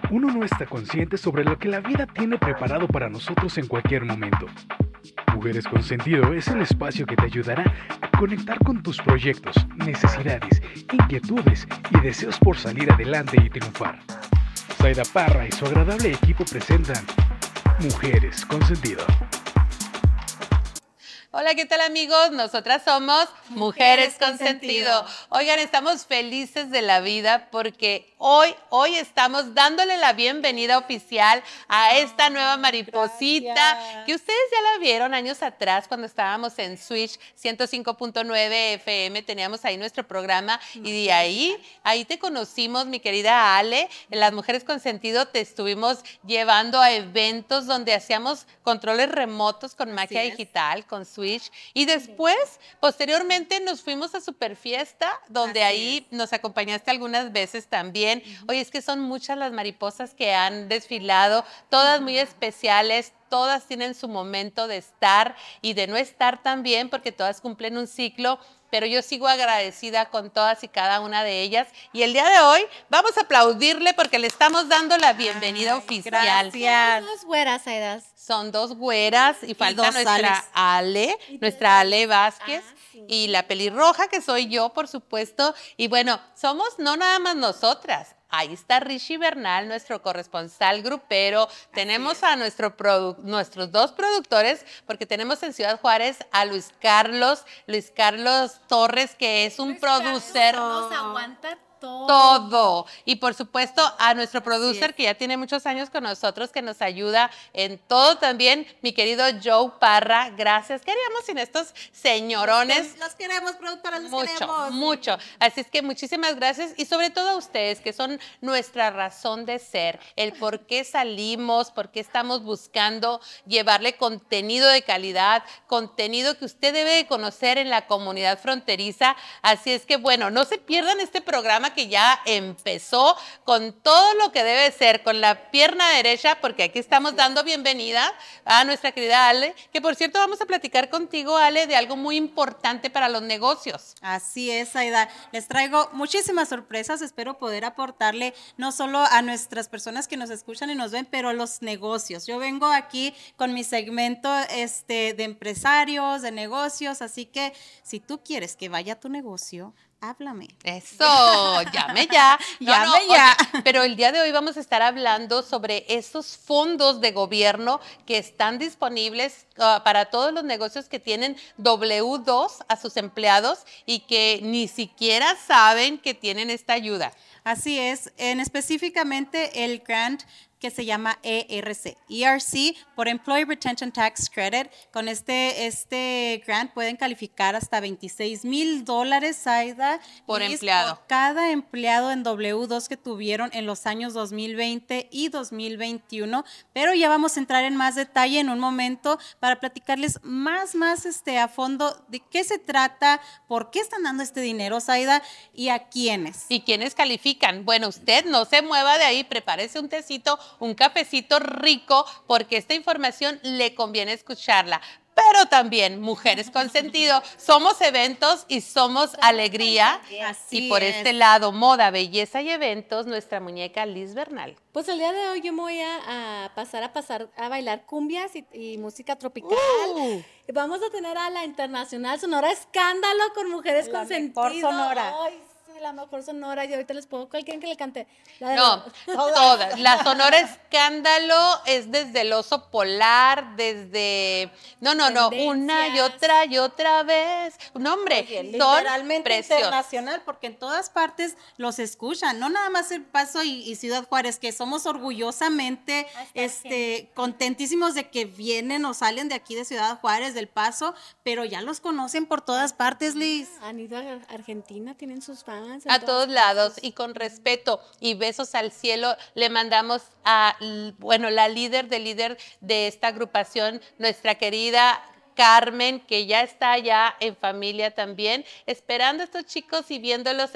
Uno no está consciente sobre lo que la vida tiene preparado para nosotros en cualquier momento. Mujeres con Sentido es el espacio que te ayudará a conectar con tus proyectos, necesidades, inquietudes y deseos por salir adelante y triunfar. Zaida Parra y su agradable equipo presentan Mujeres con Sentido. Hola, ¿qué tal, amigos? Nosotras somos Mujeres con Sentido. Oigan, estamos felices de la vida porque hoy estamos dándole la bienvenida oficial a esta nueva mariposita. Gracias. Que ustedes ya la vieron años atrás cuando estábamos en Switch 105.9 FM, teníamos ahí nuestro programa y de ahí te conocimos, mi querida Ale. En Las Mujeres con Sentido te estuvimos llevando a eventos donde hacíamos controles remotos con magia digital, con Switch. Y después, posteriormente, nos fuimos a Super Fiesta, donde ahí nos acompañaste algunas veces también. Oye, es que son muchas las mariposas que han desfilado, todas muy especiales. Todas tienen su momento de estar y de no estar también, porque todas cumplen un ciclo, pero yo sigo agradecida con todas y cada una de ellas. Y el día de hoy vamos a aplaudirle porque le estamos dando la bienvenida oficial. Gracias. Son dos güeras, Aidas. Son dos güeras y falta nuestra Ale Vázquez. Y la pelirroja, que soy yo, por supuesto. Y bueno, somos no nada más nosotras. Ahí está Richie Bernal, nuestro corresponsal grupero. Tenemos a nuestros dos productores, porque tenemos en Ciudad Juárez a Luis Carlos Torres, que es un producer. Nos aguanta todo. Y por supuesto a nuestro producer que ya tiene muchos años con nosotros, que nos ayuda en todo también, mi querido Joe Parra. Gracias. ¿Qué haríamos sin estos señorones? Los queremos, productores, los mucho, queremos. Mucho. Así es que muchísimas gracias y sobre todo a ustedes, que son nuestra razón de ser, el por qué salimos, por qué estamos buscando llevarle contenido de calidad, contenido que usted debe de conocer en la comunidad fronteriza. Así es que, bueno, no se pierdan este programa que ya empezó con todo lo que debe ser, con la pierna derecha, porque aquí estamos dando bienvenida a nuestra querida Ale, que por cierto vamos a platicar contigo, Ale, de algo muy importante para los negocios. Así es, Aida. Les traigo muchísimas sorpresas, espero poder aportarle no solo a nuestras personas que nos escuchan y nos ven, pero a los negocios. Yo vengo aquí con mi segmento de empresarios, de negocios, así que si tú quieres que vaya a tu negocio, háblame. Eso, llame ya. Llame ya. Oye, pero el día de hoy vamos a estar hablando sobre esos fondos de gobierno que están disponibles para todos los negocios que tienen W2 a sus empleados y que ni siquiera saben que tienen esta ayuda. Así es, específicamente el grant que se llama ERC, por Employee Retention Tax Credit. Con este grant pueden calificar hasta $26,000, Aida, por empleado. Por cada empleado en W2 que tuvieron en los años 2020 y 2021. Pero ya vamos a entrar en más detalle en un momento para platicarles más a fondo de qué se trata, por qué están dando este dinero, Aida, y a quiénes. ¿Y quiénes califican? Bueno, usted no se mueva de ahí, prepárese un tecito, un cafecito rico, porque esta información le conviene escucharla. Pero también, Mujeres con Sentido, somos eventos y somos alegría. Así y por este lado, moda, belleza y eventos, nuestra muñeca Liz Bernal. Pues el día de hoy yo me voy a pasar a bailar cumbias y música tropical. Vamos a tener a la Internacional Sonora Escándalo con Mujeres con Sentido. Mejor Sonora. Ay, sí, la mejor Sonora. Y ahorita les puedo, ¿cuál quieren que le cante? Todas. La Sonora Escándalo es desde el Oso Polar, desde... No, una y otra vez. No, hombre, Oye, son literalmente preciosos. internacional, porque en todas partes los escuchan, no nada más El Paso y Ciudad Juárez, que somos orgullosamente contentísimos de que vienen o salen de aquí de Ciudad Juárez, del Paso, pero ya los conocen por todas partes, Liz. Han ido a Argentina, tienen sus fans. A todos lados y con respeto y besos al cielo le mandamos a, la líder de esta agrupación, nuestra querida Carmen, que ya está allá en familia también, esperando a estos chicos y viéndolos,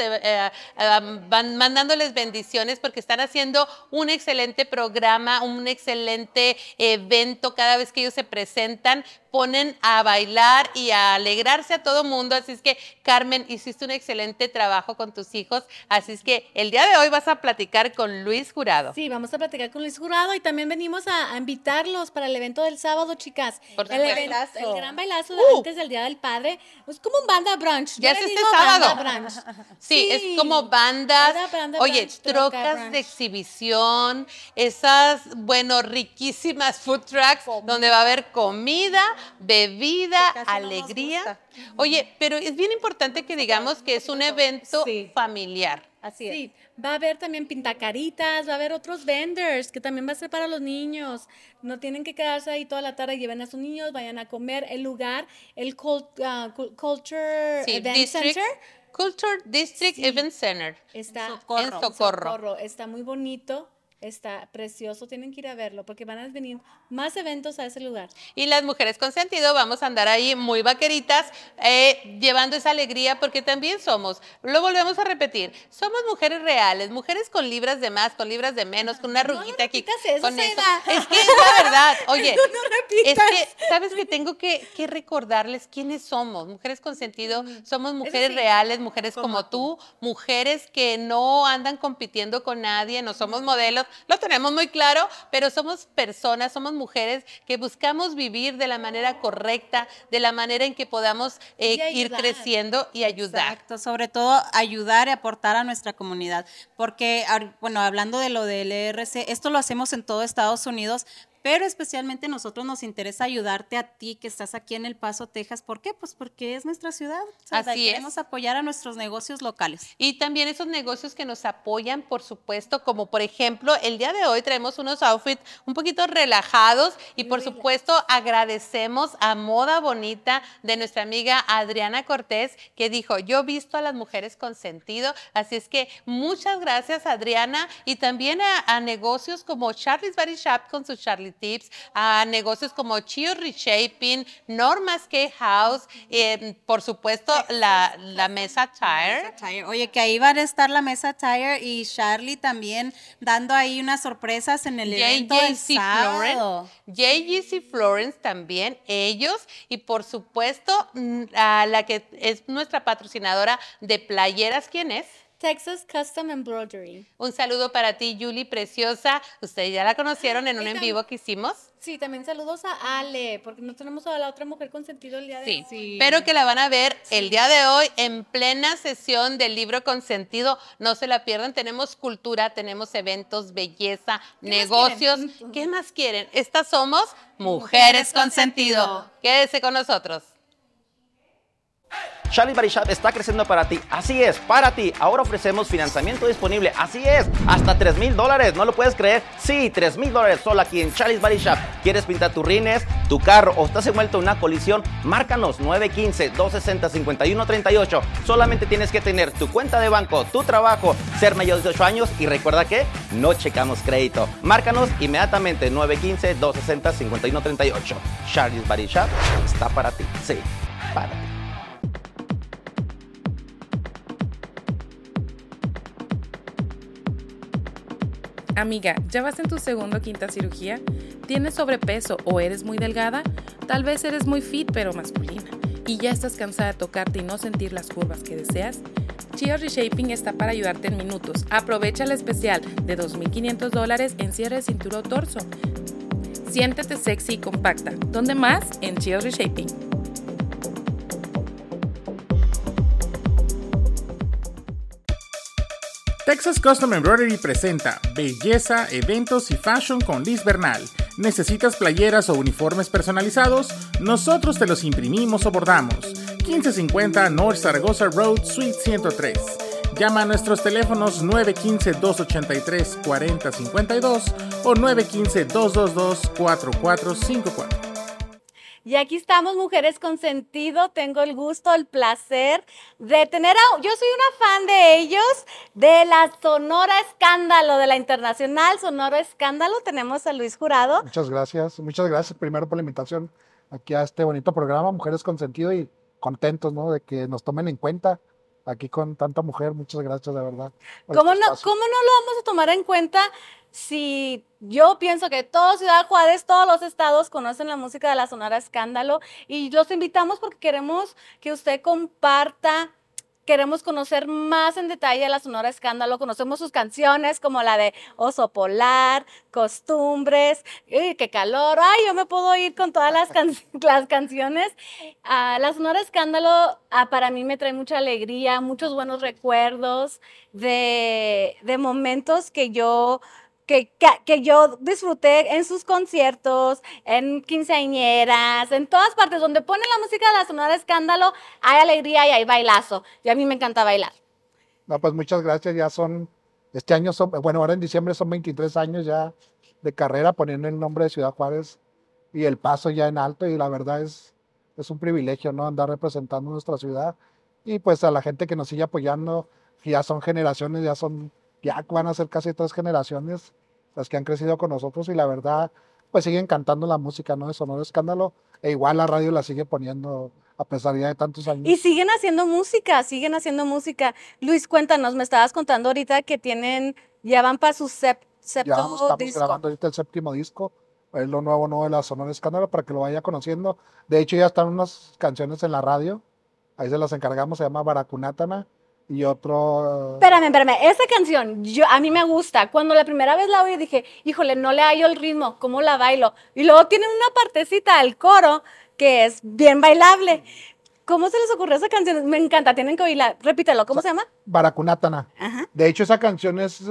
mandándoles bendiciones porque están haciendo un excelente programa, un excelente evento cada vez que ellos se presentan. Ponen a bailar y a alegrarse a todo mundo. Así es que, Carmen, hiciste un excelente trabajo con tus hijos. Así es que el día de hoy vas a platicar con Luis Jurado. Sí, vamos a platicar con Luis Jurado y también venimos a invitarlos para el evento del sábado, chicas. Por el supuesto. gran bailazo antes del Día del Padre. Es como un banda brunch. Ya Yo es le este digo sábado. banda brunch. Sí, es como bandas. Oye, brunch, troca trocas brunch. de exhibición, esas, bueno, riquísimas food trucks donde va a haber comida, bebida, Que casi no nos alegría. gusta. Oye, pero es bien importante que digamos que es un evento Sí. familiar. Así es. Sí, va a haber también pintacaritas, va a haber otros vendors que también va a ser para los niños. No tienen que quedarse ahí toda la tarde, lleven a sus niños, vayan a comer. El lugar, el Culture Sí, Event District, Center, Culture District Sí. Event Center. está Socorro. En Socorro. Está muy bonito, está precioso, tienen que ir a verlo porque van a venir más eventos a ese lugar. Y las mujeres con sentido vamos a andar ahí muy vaqueritas, llevando esa alegría, porque también somos, lo volvemos a repetir, somos mujeres reales, mujeres con libras de más, con libras de menos, con una arruguita aquí. repitas eso, Con Zaida. Es que es la verdad. Oye, No, no es repitas. que, ¿sabes que tengo que recordarles quiénes somos? Mujeres con sentido, somos mujeres sí. reales, mujeres como tú, mujeres que no andan compitiendo con nadie, no somos modelos, lo tenemos muy claro, pero somos personas, somos mujeres que buscamos vivir de la manera correcta, de la manera en que podamos Y ir ayudar. creciendo y ayudar. Exacto, sobre todo ayudar y aportar a nuestra comunidad, porque, bueno, hablando de lo del ERC, esto lo hacemos en todo Estados Unidos, pero especialmente nosotros nos interesa ayudarte a ti que estás aquí en El Paso, Texas. ¿Por qué? Pues porque es nuestra ciudad. Así es. Queremos apoyar a nuestros negocios locales. Y también esos negocios que nos apoyan, por supuesto, como por ejemplo, el día de hoy traemos unos outfits un poquito relajados y por supuesto agradecemos a Moda Bonita de nuestra amiga Adriana Cortés, que dijo, yo visto a las mujeres con sentido. Así es que muchas gracias, Adriana, y también a negocios como Charlie's Body Shop con sus Charlie Tips, a negocios como Chio Reshaping, Norma's Cake House, por supuesto la Mesa Tire. Oye, que ahí van a estar la Mesa Tire y Charlie también dando ahí unas sorpresas en el evento del JJC sábado. Florence, JJC Florence también, ellos, y por supuesto a la que es nuestra patrocinadora de playeras, ¿quién es? Texas Custom Embroidery. Un saludo para ti, Julie, preciosa. Ustedes ya la conocieron en un en vivo que hicimos. Sí, también saludos a Ale, porque no tenemos a la otra mujer con sentido el día de Sí, hoy. pero que la van a ver el día de hoy en plena sesión del libro con sentido. No se la pierdan. Tenemos cultura, tenemos eventos, belleza, negocios. ¿Qué más quieren? Estas somos Mujeres con Sentido. Quédese con nosotros. Charlie's Body Shop está creciendo para ti. Así es, para ti. Ahora ofrecemos financiamiento disponible. Así es, hasta $3,000. ¿No lo puedes creer? Sí, $3,000 solo aquí en Charlie's Body Shop. ¿Quieres pintar tus rines, tu carro o estás envuelto en una colisión? Márcanos 915-260-5138. Solamente tienes que tener tu cuenta de banco, tu trabajo, ser mayor de 18 años y recuerda que no checamos crédito. Márcanos inmediatamente 915-260-5138. Charlie's Body Shop está para ti. Sí, para ti. Amiga, ¿ya vas en tu segunda o quinta cirugía? ¿Tienes sobrepeso o eres muy delgada? Tal vez eres muy fit pero masculina y ya estás cansada de tocarte y no sentir las curvas que deseas. Chio Reshaping está para ayudarte en minutos. Aprovecha el especial de $2,500 en cierre de cintura o torso. Siéntete sexy y compacta. ¿Dónde más? En Chio Reshaping. Texas Custom Embroidery presenta Belleza, Eventos y Fashion con Liz Bernal. ¿Necesitas playeras o uniformes personalizados? Nosotros te los imprimimos o bordamos. 1550 North Zaragoza Road, Suite 103. Llama a nuestros teléfonos 915-283-4052 o 915-222-4454. Y aquí estamos, Mujeres con Sentido. Tengo el gusto, el placer de tener yo soy una fan de ellos, de la Sonora Escándalo, de la Internacional Sonora Escándalo. Tenemos a Luis Jurado. Muchas gracias primero por la invitación aquí a este bonito programa, Mujeres con Sentido, y contentos, ¿no? De que nos tomen en cuenta aquí con tanta mujer. Muchas gracias, de verdad, por ¿Cómo este no, espacio. cómo no lo vamos a tomar en cuenta si yo pienso que toda Ciudad Juárez, todos los estados conocen la música de la Sonora Escándalo y los invitamos porque queremos que usted comparta, queremos conocer más en detalle a la Sonora Escándalo, conocemos sus canciones como la de Oso Polar, Costumbres, qué calor, ay, yo me puedo ir con todas las canciones. La Sonora Escándalo para mí me trae mucha alegría, muchos buenos recuerdos de momentos que yo disfruté en sus conciertos, en quinceañeras, en todas partes donde ponen la música de la Sonora Escándalo, hay alegría y hay bailazo. Y a mí me encanta bailar. No, pues muchas gracias, ya este año bueno, ahora en diciembre son 23 años ya de carrera poniendo el nombre de Ciudad Juárez y El Paso ya en alto, y la verdad es un privilegio, ¿no? Andar representando nuestra ciudad, y pues a la gente que nos sigue apoyando, que ya son generaciones, ya van a ser casi 3 generaciones las que han crecido con nosotros, y la verdad, pues siguen cantando la música, ¿no? De Sonora Escándalo, e igual la radio la sigue poniendo a pesar ya de tantos años. Y siguen haciendo música, siguen haciendo música. Luis, cuéntanos, me estabas contando ahorita que ya van para su Ya séptimo estamos disco. grabando ahorita el 7º disco, es lo nuevo, ¿no? De la Sonora Escándalo, para que lo vaya conociendo. De hecho, ya están unas canciones en la radio, ahí se las encargamos, se llama Baracunátana, y otro... Espérame, esa canción a mí me gusta. Cuando la primera vez la oí dije, híjole, no le hallo el ritmo, ¿cómo la bailo? Y luego tiene una partecita al coro que es bien bailable. ¿Cómo se les ocurrió esa canción? Me encanta, tienen que oírla. Repítelo, ¿cómo se llama? Baracunátana. Ajá. De hecho, esa canción es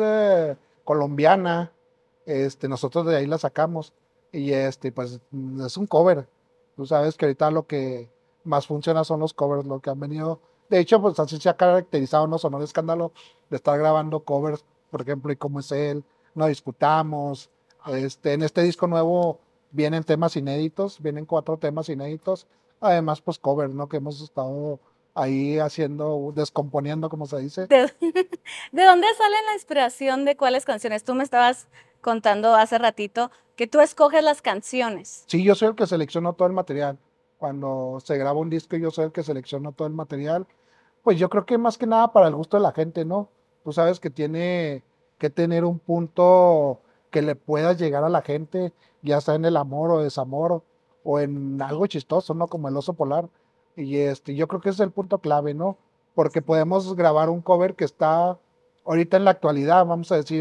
colombiana, nosotros de ahí la sacamos, y pues es un cover. Tú sabes que ahorita lo que más funciona son los covers, lo que han venido. De hecho, pues así se ha caracterizado, ¿no? Sonora Escándalo, de estar grabando covers, por ejemplo, Y Cómo Es Él, No Discutamos. En este disco nuevo vienen temas inéditos, vienen 4 temas inéditos, además, pues covers, ¿no? Que hemos estado ahí haciendo, descomponiendo, como se dice. ¿De, de dónde sale la inspiración de cuáles canciones? Tú me estabas contando hace ratito que tú escoges las canciones. Sí, yo soy el que selecciono todo el material. Cuando se graba un disco, yo soy el que selecciono todo el material. Pues yo creo que más que nada para el gusto de la gente, ¿no? Tú sabes que tiene que tener un punto que le pueda llegar a la gente, ya sea en el amor o desamor, o en algo chistoso, ¿no? Como el oso polar. Y yo creo que ese es el punto clave, ¿no? Porque podemos grabar un cover que está ahorita en la actualidad, vamos a decir,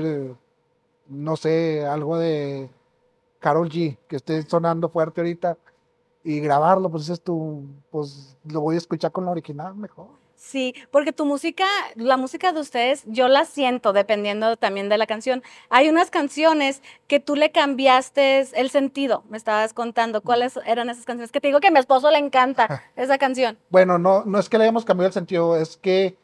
no sé, algo de Karol G, que esté sonando fuerte ahorita, y grabarlo, pues dices tú, pues lo voy a escuchar con la original mejor. Sí, porque tu música, la música de ustedes, yo la siento dependiendo también de la canción. Hay unas canciones que tú le cambiaste el sentido, me estabas contando. ¿Cuáles eran esas canciones? Que te digo que a mi esposo le encanta esa canción. Bueno, no es que le hayamos cambiado el sentido, es que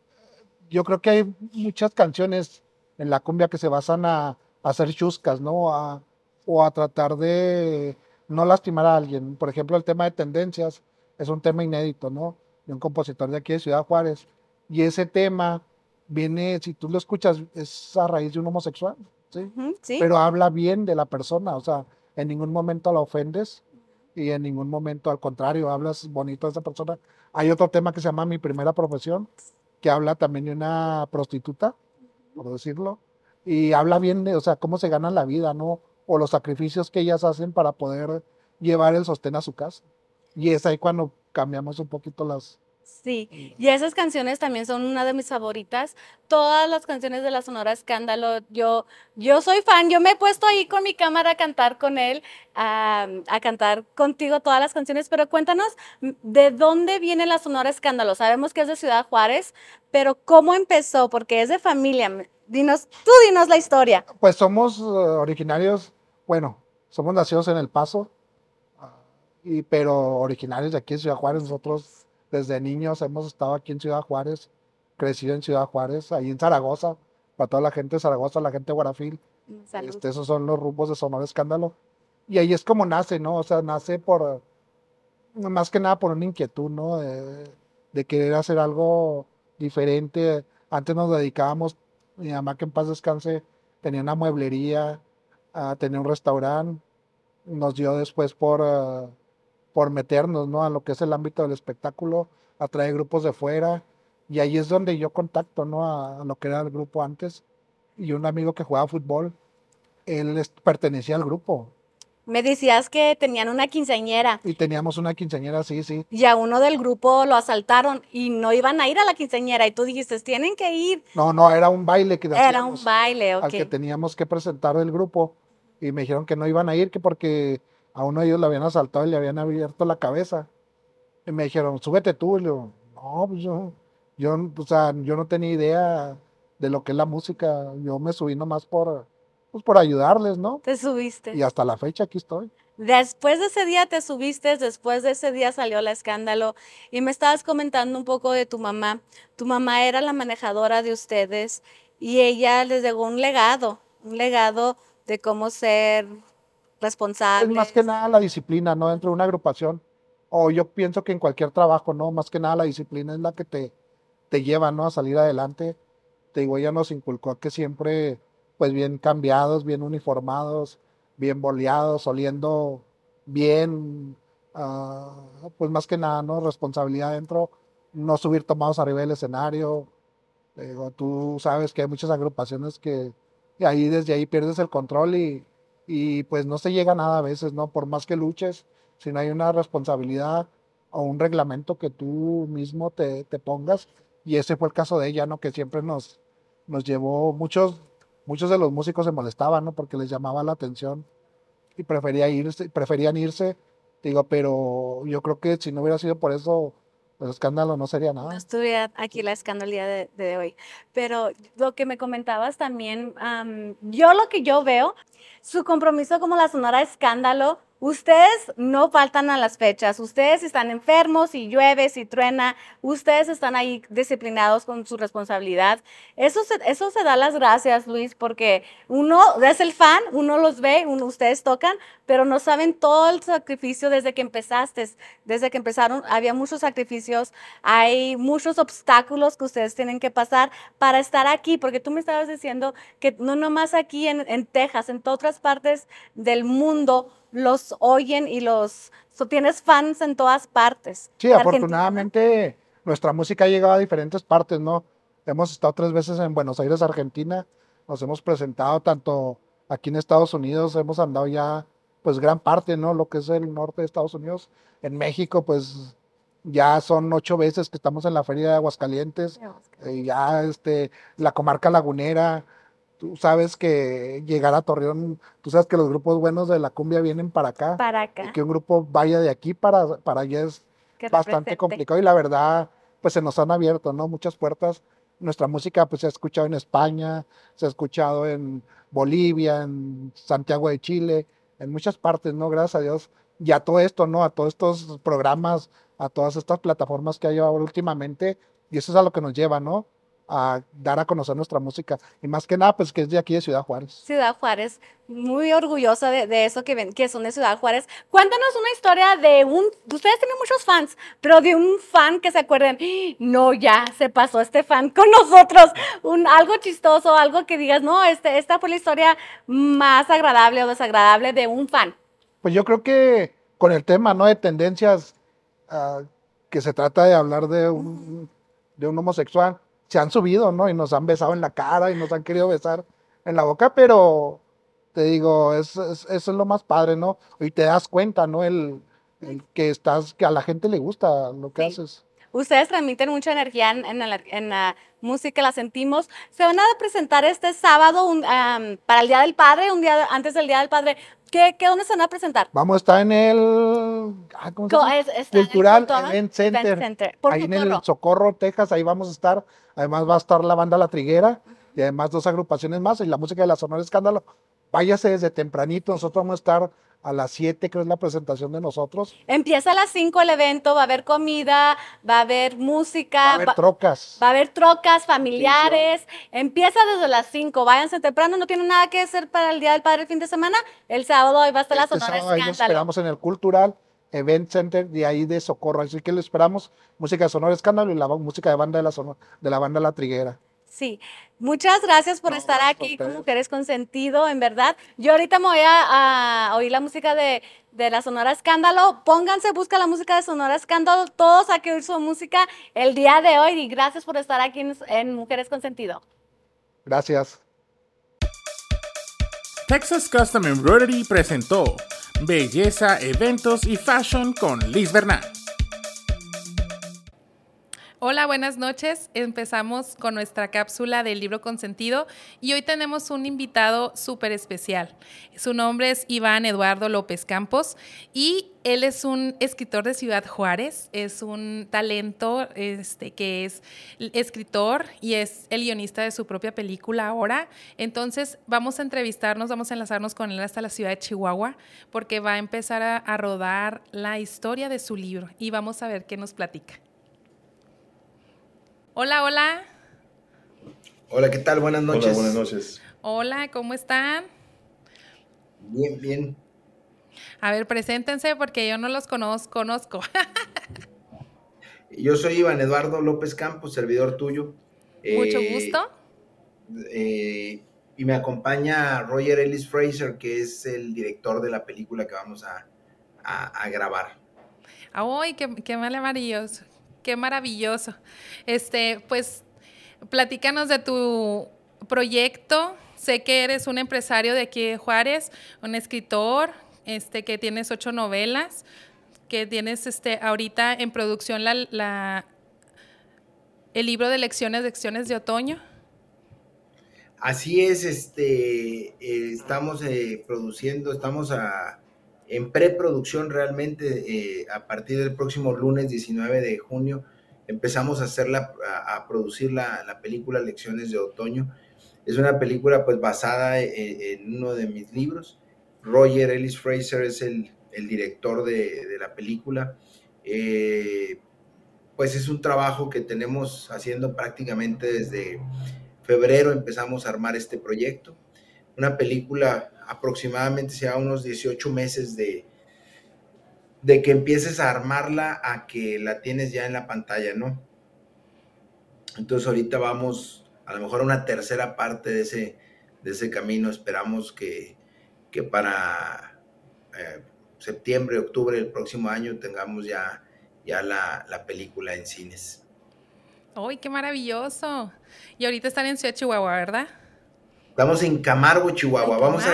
yo creo que hay muchas canciones en la cumbia que se basan a hacer chuscas, ¿no? O a tratar de no lastimar a alguien. Por ejemplo, el tema de Tendencias es un tema inédito, ¿no? De un compositor de aquí de Ciudad Juárez. Y ese tema viene, si tú lo escuchas, es a raíz de un homosexual, ¿sí? ¿Sí? Pero habla bien de la persona, o sea, en ningún momento la ofendes y en ningún momento, al contrario, hablas bonito de esa persona. Hay otro tema que se llama Mi Primera Profesión, que habla también de una prostituta, por decirlo, y habla bien de, o sea, cómo se ganan la vida, ¿no? O los sacrificios que ellas hacen para poder llevar el sostén a su casa. Y es ahí cuando cambiamos un poquito las... Sí, y esas canciones también son una de mis favoritas. Todas las canciones de la Sonora Escándalo, yo soy fan, yo me he puesto ahí con mi cámara a cantar con él, a cantar contigo todas las canciones, pero cuéntanos, ¿de dónde viene la Sonora Escándalo? Sabemos que es de Ciudad Juárez, pero ¿cómo empezó? Porque es de familia. Dinos la historia. Pues somos originarios, bueno, somos nacidos en El Paso, pero originarios de aquí en Ciudad Juárez. Nosotros desde niños hemos estado aquí en Ciudad Juárez, crecido en Ciudad Juárez, ahí en Zaragoza, para toda la gente de Zaragoza, la gente de Guarafil. Salud. Esos son los rumbos de Sonora Escándalo. Y ahí es como nace, ¿no? O sea, nace más que nada por una inquietud, ¿no? De querer hacer algo diferente. Antes nos dedicábamos, mi mamá, que en paz descanse, tenía una mueblería, tenía un restaurante, nos dio después por meternos, ¿no? A lo que es el ámbito del espectáculo, a traer grupos de fuera, y ahí es donde yo contacto, ¿no? A lo que era el grupo antes, y un amigo que jugaba fútbol, él pertenecía al grupo, Me decías que tenían una quinceañera y teníamos una quinceañera, sí, sí. y a uno del grupo lo asaltaron y no iban a ir a la quinceañera y tú dijiste, tienen que ir. No, no, era un baile que Era un hacíamos, baile, al que ok. teníamos que presentar el grupo, y me dijeron que no iban a ir, que porque a uno de ellos le habían asaltado y le habían abierto la cabeza. Y me dijeron, súbete tú. Y le digo, no, pues o sea, yo no tenía idea de lo que es la música. Yo me subí nomás pues por ayudarles, ¿no? Te subiste. Y hasta la fecha aquí estoy. Después de ese día te subiste, después de ese día salió el escándalo y me estabas comentando un poco de tu mamá. Tu mamá era la manejadora de ustedes y ella les dejó un legado de cómo ser Pues responsables. más que nada la disciplina, ¿no? Dentro de una agrupación. O yo pienso que en cualquier trabajo, ¿no? Más que nada la disciplina es la que te lleva, ¿no? A salir adelante. Te digo, ella nos inculcó a que siempre, pues bien cambiados, bien uniformados, bien boleados, oliendo bien, pues más que nada, ¿no? Responsabilidad dentro, no subir tomados arriba del escenario. Te digo, tú sabes que hay muchas agrupaciones que ahí desde ahí pierdes el control y pues no se llega a nada a veces, ¿no? Por más que luches, si no hay una responsabilidad o un reglamento que tú mismo te pongas, y ese fue el caso de ella, ¿no? Que siempre nos llevó, muchos de los músicos se molestaban, ¿no? Porque les llamaba la atención y preferían irse, digo, pero yo creo que si no hubiera sido por eso, el escándalo no sería No nada. estuviera aquí la escandalía de hoy. Pero lo que me comentabas también, yo lo que yo veo, su compromiso como la Sonora Escándalo, ustedes no faltan a las fechas, ustedes están enfermos, si llueve, si truena, ustedes están ahí disciplinados con su responsabilidad. Eso se da las gracias, Luis, porque uno es el fan, uno los ve, ustedes tocan, pero no saben todo el sacrificio desde que empezaste, desde que empezaron, había muchos sacrificios, hay muchos obstáculos que ustedes tienen que pasar para estar aquí, porque tú me estabas diciendo que no nomás aquí en Texas, en todas otras partes del mundo los oyen y tienes fans en todas partes. Sí, De Argentina, ¿no? afortunadamente nuestra música ha llegado a diferentes partes, ¿no? Hemos estado 3 veces en Buenos Aires, Argentina, nos hemos presentado tanto aquí en Estados Unidos, hemos andado ya pues gran parte, ¿no? Lo que es el norte de Estados Unidos. En México pues ya son 8 veces que estamos en la Feria de Aguascalientes, ya la comarca lagunera. Tú sabes que llegar a Torreón, tú sabes que los grupos buenos de la cumbia vienen para acá, Para y acá, que un grupo vaya de aquí para allá es que bastante represente. complicado, y la verdad, pues se nos han abierto, ¿no? Muchas puertas. Nuestra música pues se ha escuchado en España, se ha escuchado en Bolivia, en Santiago de Chile, en muchas partes, ¿no? Gracias a Dios. Y a todo esto, ¿no? A todos estos programas, a todas estas plataformas que hay ahora últimamente, y eso es a lo que nos lleva, ¿no? A dar a conocer nuestra música. Y más que nada, pues que es de aquí de Ciudad Juárez. Ciudad Juárez, muy orgullosa de eso que son de Ciudad Juárez. Cuéntanos una historia ustedes tienen muchos fans, pero de un fan que se acuerden, "¡Ah! No, ya se pasó este fan con nosotros, algo chistoso, algo que digas, no, esta fue la historia más agradable o desagradable de un fan". Pues yo creo que con el tema, ¿no? De tendencias, ah, que se trata de hablar de un homosexual, se han subido, ¿no? Y nos han besado en la cara y nos han querido besar en la boca, pero te digo, eso es lo más padre, ¿no? Y te das cuenta, ¿no? Que a la gente le gusta lo que Sí. haces. Ustedes transmiten mucha energía en la música, la sentimos. Se van a presentar este sábado para el Día del Padre, un día antes del Día del Padre. ¿Dónde se van a presentar? Vamos a estar en el, ¿cómo se llama? Está en el Cultural Cultural Event Center, Event Center, por ahí en el Socorro. Socorro, Texas, ahí vamos a estar. Además va a estar la banda La Triguera y además 2 agrupaciones más y la música de la Sonora Escándalo. Váyase desde tempranito, nosotros vamos a estar a las 7, creo es la presentación de nosotros. Empieza a las 5 el evento, va a haber comida, va a haber música, Va a haber trocas. va a haber trocas familiares. Empieza desde las 5, váyanse temprano, no tienen nada que hacer para el Día del Padre el fin de semana. El sábado hoy va a estar la Sonora Sábado ahí nos Escándalo. esperamos en el Cultural Event Center de ahí de Socorro, así que lo esperamos. Música de Sonora Escándalo y la música de banda de la banda La Triguera. Sí, muchas gracias por No, estar gracias a aquí con ustedes. Mujeres con Sentido, en verdad. Yo ahorita me voy a oír la música de la Sonora Escándalo. Pónganse, busca la música de Sonora Escándalo. Todos hay que oír su música el día de hoy y gracias por estar aquí en Mujeres con Sentido. Gracias. Texas Custom Embroidery presentó Belleza, Eventos y Fashion con Liz Bernal. Hola, buenas noches. Empezamos con nuestra cápsula del libro consentido y hoy tenemos un invitado súper especial. Su nombre es Iván Eduardo López Campos y él es un escritor de Ciudad Juárez, es un talento que es escritor y es el guionista de su propia película ahora. Entonces vamos a entrevistarnos, vamos a enlazarnos con él hasta la ciudad de Chihuahua porque va a empezar a rodar la historia de su libro y vamos a ver qué nos platica. Hola, hola. Hola, ¿qué tal? Buenas noches. Hola, buenas noches. Hola, ¿cómo están? Bien, bien. A ver, preséntense porque yo no los conozco. Yo soy Iván Eduardo López Campos, servidor tuyo. Mucho gusto. Y me acompaña Roger Ellis Fraser, que es el director de la película que vamos a grabar. ¡Ay, qué maravilloso! ¡Qué maravilloso! Pues, platícanos de tu proyecto. Sé que eres un empresario de aquí de Juárez, un escritor, que tienes 8 novelas, que tienes ahorita en producción el libro de lecciones de otoño. Así es, estamos produciendo, estamos en preproducción realmente. A partir del próximo lunes 19 de junio empezamos a producir la película Lecciones de Otoño. Es una película pues basada en uno de mis libros. Roger Ellis Fraser es el director de la película. Pues es un trabajo que tenemos haciendo prácticamente desde febrero. Empezamos a armar este proyecto. Una película aproximadamente se lleva unos 18 meses de que empieces a armarla a que la tienes ya en la pantalla, ¿no? Entonces ahorita vamos a lo mejor a una tercera parte de ese camino. Esperamos que para septiembre, octubre del próximo año tengamos ya la película en cines. ¡Ay, qué maravilloso! Y ahorita están en Ciudad Chihuahua, ¿verdad? Estamos en Camargo, Chihuahua. Vamos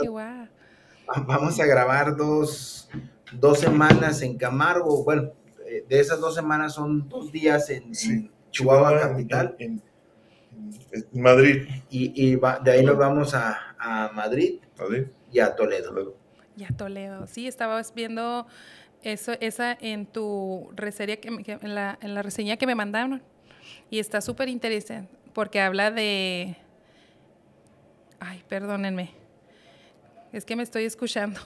a grabar dos semanas en Camargo. Bueno, de esas 2 semanas son 2 días en Chihuahua capital. En Madrid. Y de ahí nos vamos a Madrid y a Toledo. Y a Toledo. Sí, estabas viendo esa en tu reseña, en la reseña que me mandaron. Y está súper interesante porque habla de... Ay, perdónenme. Es que me estoy escuchando.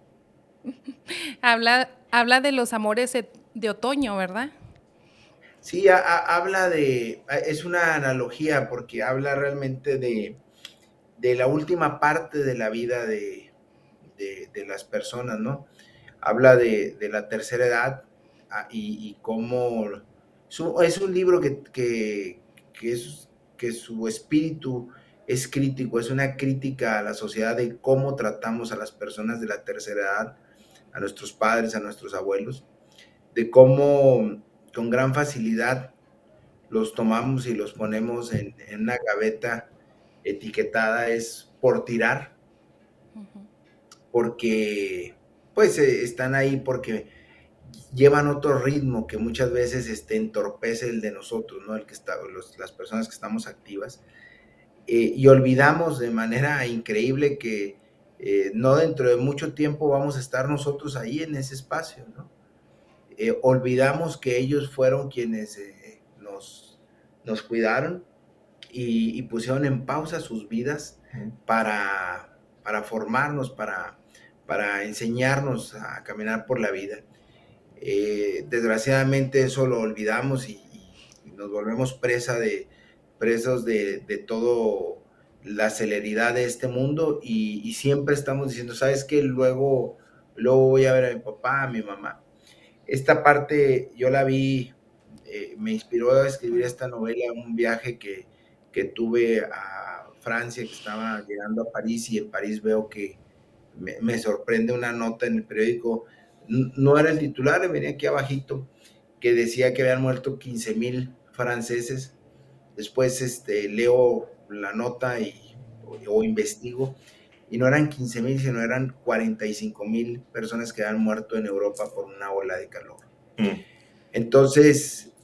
habla de los amores de otoño, ¿verdad? Sí, es una analogía porque habla realmente de la última parte de la vida de las personas, ¿no? Habla de la tercera edad y cómo es un libro que su espíritu es crítico, es una crítica a la sociedad de cómo tratamos a las personas de la tercera edad, a nuestros padres, a nuestros abuelos, de cómo con gran facilidad los tomamos y los ponemos en una gaveta etiquetada es por tirar, porque pues están ahí porque llevan otro ritmo que muchas veces entorpece el de nosotros, ¿no? Las personas que estamos activas, y olvidamos de manera increíble que no dentro de mucho tiempo vamos a estar nosotros ahí en ese espacio, ¿no? Olvidamos que ellos fueron quienes nos cuidaron y pusieron en pausa sus vidas para formarnos, para enseñarnos a caminar por la vida. Desgraciadamente eso lo olvidamos y nos volvemos presos de todo la celeridad de este mundo y siempre estamos diciendo, ¿sabes qué? Luego voy a ver a mi papá, a mi mamá. Esta parte yo la vi, me inspiró a escribir esta novela, un viaje que que tuve a Francia, que estaba llegando a París, y en París veo que me sorprende una nota en el periódico, no era el titular, venía aquí abajito, que decía que habían muerto 15,000 franceses. Después leo la nota o investigo, y no eran 15,000, sino eran 45,000 personas que habían muerto en Europa por una ola de calor. Entonces,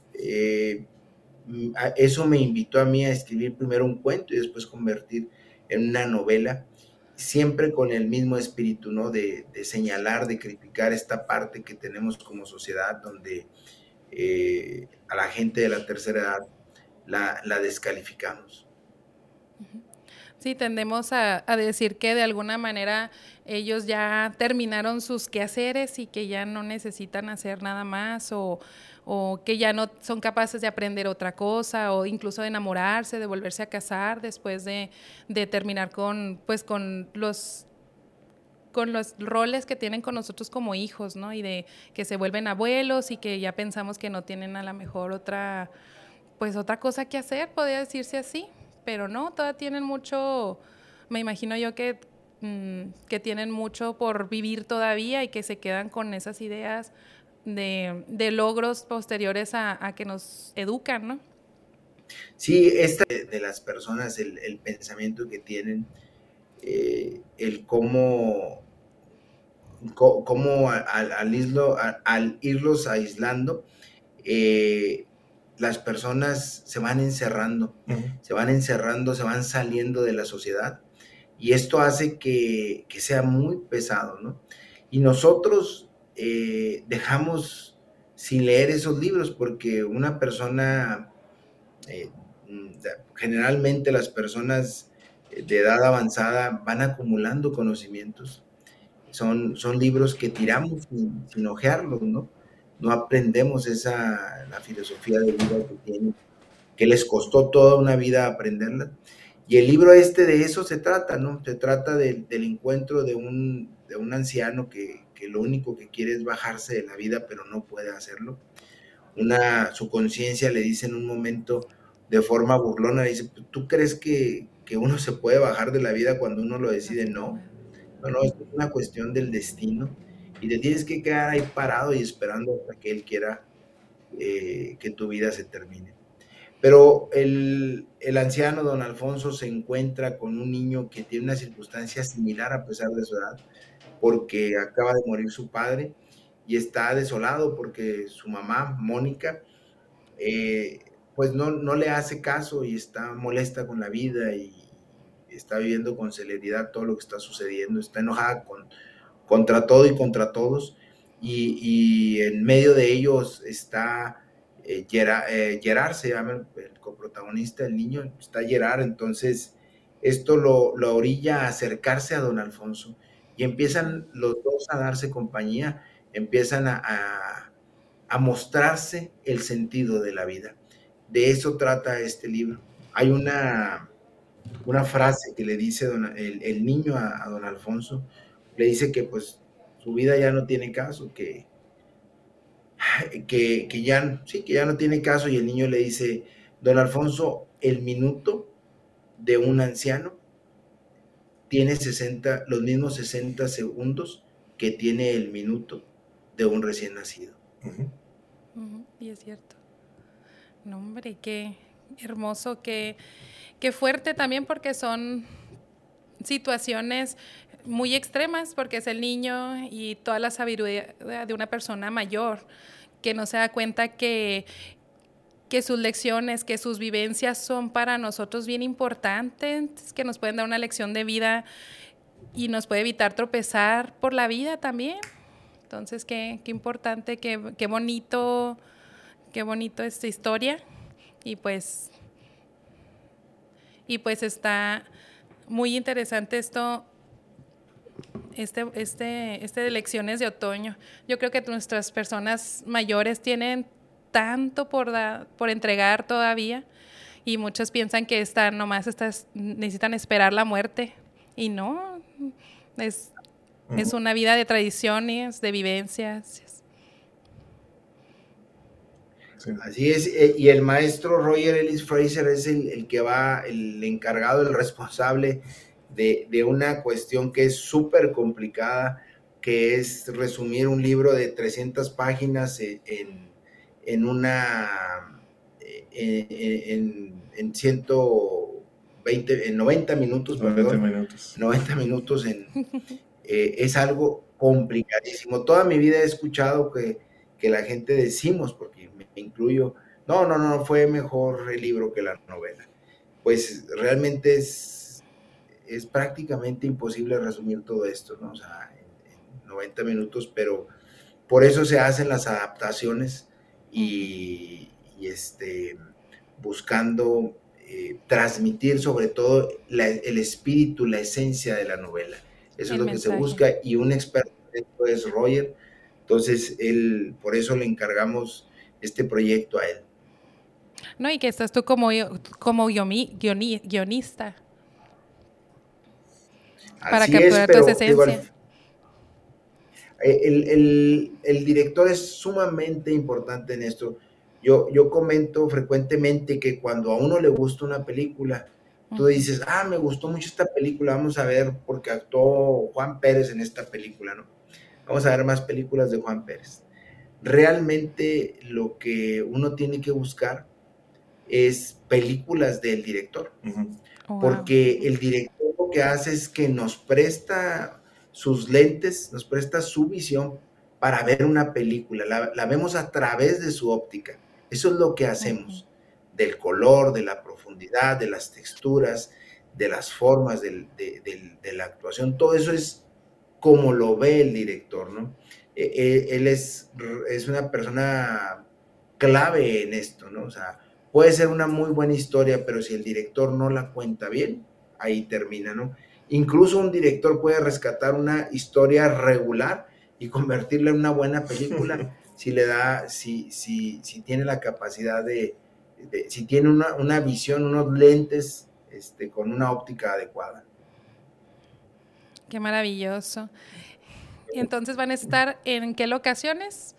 eso me invitó a mí a escribir primero un cuento y después convertir en una novela, siempre con el mismo espíritu, ¿no? De señalar, de criticar esta parte que tenemos como sociedad, donde a la gente de la tercera edad la descalificamos. Sí, tendemos a decir que de alguna manera ellos ya terminaron sus quehaceres y que ya no necesitan hacer nada más, o que ya no son capaces de aprender otra cosa, o incluso de enamorarse, de volverse a casar después de terminar con los roles que tienen con nosotros como hijos, ¿no? Y de que se vuelven abuelos y que ya pensamos que no tienen a lo mejor otra cosa que hacer, podría decirse así, pero no, todavía tienen mucho, me imagino yo que tienen mucho por vivir todavía y que se quedan con esas ideas de logros posteriores a que nos educan, ¿no? Sí, de las personas, el pensamiento que tienen, el cómo al irlos aislando, las personas se van encerrando, se van saliendo de la sociedad, y esto hace que sea muy pesado, ¿no? Y nosotros dejamos sin leer esos libros, porque una persona, generalmente las personas de edad avanzada van acumulando conocimientos. Son libros que tiramos sin ojearlos, ¿no? No aprendemos la filosofía de vida que tienen, que les costó toda una vida aprenderla. Y el libro de eso se trata, ¿no? Se trata del encuentro de un anciano que lo único que quiere es bajarse de la vida, pero no puede hacerlo. Su conciencia le dice en un momento, de forma burlona, le dice: ¿tú crees que uno se puede bajar de la vida cuando uno lo decide? No, esto es una cuestión del destino, y te tienes que quedar ahí parado y esperando hasta que él quiera que tu vida se termine. Pero el anciano don Alfonso se encuentra con un niño que tiene una circunstancia similar a pesar de su edad, porque acaba de morir su padre y está desolado porque su mamá, Mónica, pues no le hace caso y está molesta con la vida y está viviendo con celeridad todo lo que está sucediendo, está enojada contra todo y contra todos, y en medio de ellos está Gerard, se llama el coprotagonista, el niño, está Gerard. Entonces esto lo orilla a acercarse a don Alfonso, y empiezan los dos a darse compañía, empiezan a mostrarse el sentido de la vida. De eso trata este libro. Hay una frase que le dice el niño a don Alfonso, le dice que pues su vida ya no tiene caso, que ya no tiene caso, y el niño le dice: don Alfonso, el minuto de un anciano tiene los mismos 60 segundos que tiene el minuto de un recién nacido. Y es cierto. No, hombre, qué hermoso, qué fuerte también, porque son situaciones muy extremas, porque es el niño y toda la sabiduría de una persona mayor que no se da cuenta que sus lecciones, que sus vivencias son para nosotros bien importantes, que nos pueden dar una lección de vida y nos puede evitar tropezar por la vida también. Entonces, qué importante, qué bonito esta historia, y pues está muy interesante esto, de lecciones de otoño. Yo creo que nuestras personas mayores tienen tanto por entregar todavía, y muchos piensan que necesitan esperar la muerte, y no, es una vida de tradiciones, de vivencias. Sí. Así es, y el maestro Roger Ellis Fraser es el que va, el encargado, el responsable de una cuestión que es súper complicada, que es resumir un libro de 300 páginas en una, en 120, en 90 minutos, 90 perdón, minutos. 90 minutos es algo complicadísimo. Toda mi vida he escuchado que la gente decimos, porque me incluyo, no, fue mejor el libro que la novela. Pues realmente es prácticamente imposible resumir todo esto, ¿no? O sea, en 90 minutos, pero por eso se hacen las adaptaciones y buscando transmitir sobre todo el espíritu, la esencia de la novela. Eso es lo que se busca, y un experto en esto es Roger. Entonces, por eso le encargamos este proyecto a él. No, y que estás tú como guionista. Para Así capturar pero, toda esa esencia. El director es sumamente importante en esto. Yo comento frecuentemente que cuando a uno le gusta una película, tú dices, me gustó mucho esta película, vamos a ver, porque actuó Juan Pérez en esta película, ¿no? Vamos a ver más películas de Juan Pérez. Realmente lo que uno tiene que buscar es películas del director, porque el director lo que hace es que nos presta sus lentes, nos presta su visión para ver una película, la vemos a través de su óptica. Eso es lo que hacemos, del color, de la profundidad, de las texturas, de las formas, de la actuación. Todo eso es como lo ve el director, ¿no? Él es una persona clave en esto, ¿no? O sea, puede ser una muy buena historia, pero si el director no la cuenta bien, ahí termina, ¿no? Incluso un director puede rescatar una historia regular y convertirla en una buena película si tiene la capacidad si tiene una visión, unos lentes con una óptica adecuada. Qué maravilloso. Entonces, ¿van a estar en qué locaciones?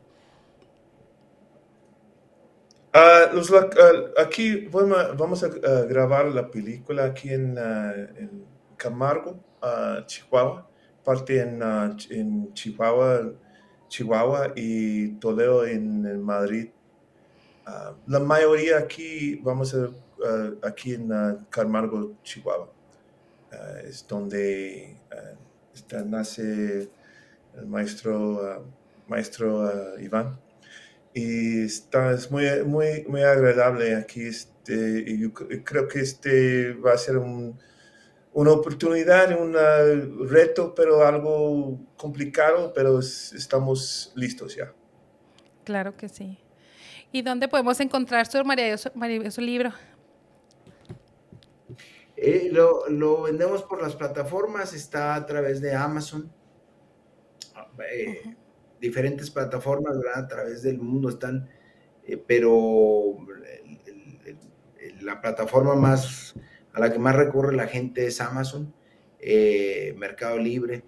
Aquí vamos a grabar la película aquí en Camargo, Chihuahua, parte en Chihuahua y Toledo en Madrid. La mayoría aquí vamos a aquí en Camargo, Chihuahua. Es donde nace el maestro Iván. Y es muy agradable aquí. Y yo creo que va a ser una oportunidad, un reto, pero algo complicado, pero estamos listos ya. Claro que sí. ¿Y dónde podemos encontrar su maravilloso libro? Lo vendemos por las plataformas, está a través de Amazon. Diferentes plataformas, ¿verdad? A través del mundo están, pero la plataforma a la que más recurre la gente es Amazon, Mercado Libre,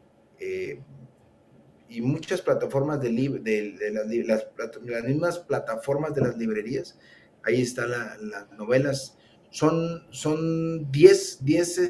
y muchas plataformas las mismas plataformas de las librerías. Ahí están las novelas. Son 10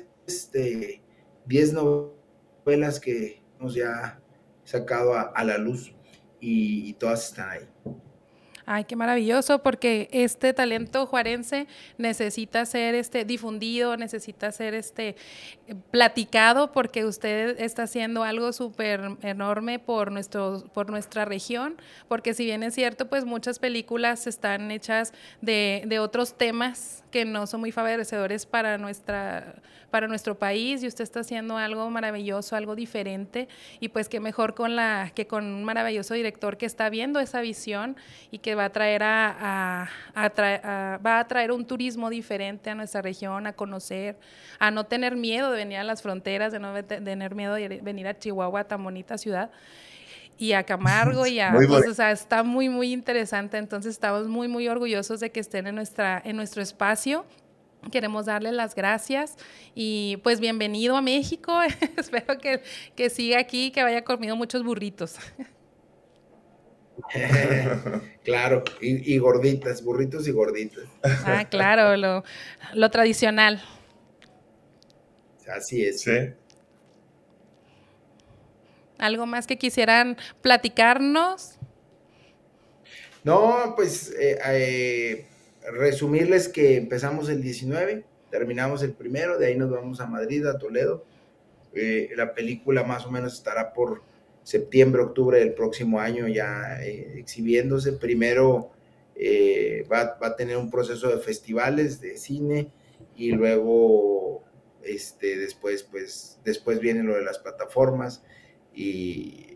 novelas que hemos ya sacado a la luz y todas están ahí. Ay, qué maravilloso, porque este talento juarense necesita ser difundido, necesita ser platicado, porque usted está haciendo algo súper enorme por nuestra región, porque si bien es cierto, pues muchas películas están hechas de otros temas que no son muy favorecedores para nuestro país, y usted está haciendo algo maravilloso, algo diferente, y pues qué mejor que con un maravilloso director que está viendo esa visión y que va a traer va a traer un turismo diferente a nuestra región, a conocer, a no tener miedo de venir a las fronteras, de no tener miedo de venir a Chihuahua, tan bonita ciudad, y a Camargo, pues, o sea, está muy, muy interesante. Entonces estamos muy, muy orgullosos de que estén en nuestro espacio. Queremos darle las gracias y pues bienvenido a México. Espero que siga aquí, que haya comido muchos burritos. Claro, y gorditas, burritos y gorditas. Ah, claro, lo tradicional. Así es. Sí. ¿Algo más que quisieran platicarnos? No, pues resumirles que empezamos el 19, terminamos el 1, de ahí nos vamos a Madrid, a Toledo. La película más o menos estará por septiembre, octubre del próximo año ya exhibiéndose. Primero va a tener un proceso de festivales de cine y luego después viene lo de las plataformas y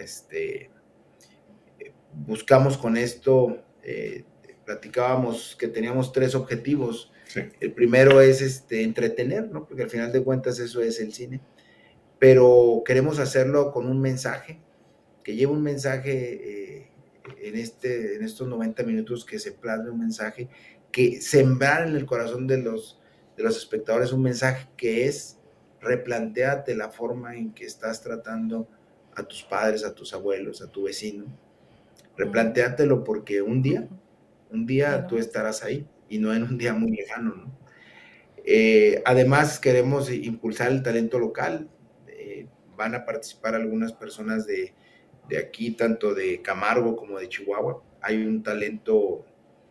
buscamos con esto, platicábamos que teníamos 3 objetivos. Sí. El primero es entretener, ¿no? Porque al final de cuentas eso es el cine, pero queremos hacerlo con un mensaje, que lleve un mensaje en estos 90 minutos, que se plasme un mensaje, que sembrar en el corazón de los espectadores un mensaje que es: replantéate la forma en que estás tratando a tus padres, a tus abuelos, a tu vecino. Replantéatelo, porque un día tú estarás ahí, y no en un día muy lejano, ¿no? Además queremos impulsar el talento local. Van a participar algunas personas de aquí, tanto de Camargo como de Chihuahua. Hay un talento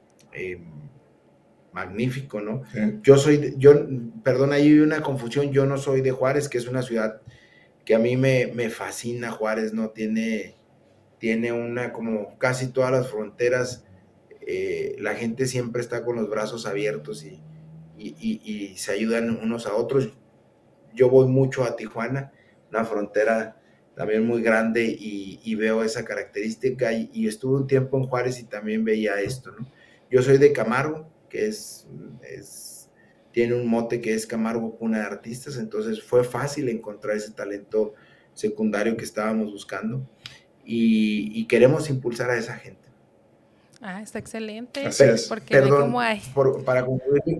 magnífico, ¿no? Sí. Perdón, ahí hay una confusión. Yo no soy de Juárez, que es una ciudad que a mí me fascina. Juárez, ¿no? Tiene como casi todas las fronteras, la gente siempre está con los brazos abiertos y se ayudan unos a otros. Yo voy mucho a Tijuana, una frontera también muy grande, y veo esa característica, y estuve un tiempo en Juárez y también veía esto, ¿no? Yo soy de Camargo, que tiene un mote que es Camargo, cuna de artistas, entonces fue fácil encontrar ese talento secundario que estábamos buscando, y queremos impulsar a esa gente. Ah, está excelente. Así es. Porque Perdón, cómo hay. Para concluir mi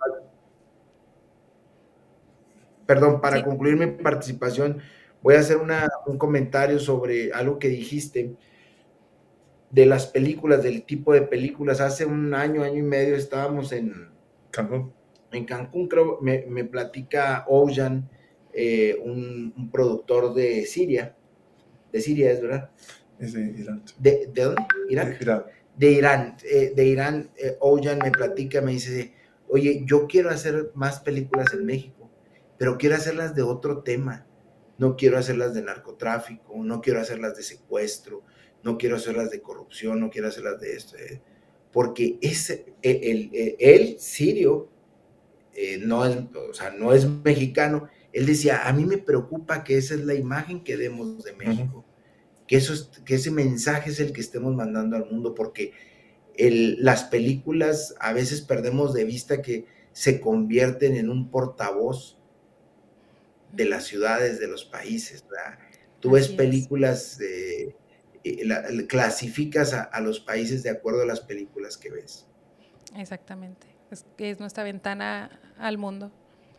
Sí. concluir mi participación, voy a hacer un comentario sobre algo que dijiste de las películas, del tipo de películas. Hace un año y medio estábamos en Cancún, creo. Me platica Ojan, un productor de Siria. De Siria, ¿es verdad? Es de Irán. ¿De dónde? ¿Irak? De Irán. Ojan me platica, me dice: oye, yo quiero hacer más películas en México, pero quiero hacerlas de otro tema. No quiero hacerlas de narcotráfico, no quiero hacerlas de secuestro, no quiero hacerlas de corrupción, no quiero hacerlas de esto. Porque el sirio no es mexicano. Él decía: a mí me preocupa que esa es la imagen que demos de México. Que ese mensaje es el que estemos mandando al mundo, porque las películas a veces perdemos de vista que se convierten en un portavoz de las ciudades, de los países, ¿verdad? Tú ves películas, clasificas a los países de acuerdo a las películas que ves. Exactamente, es nuestra ventana al mundo.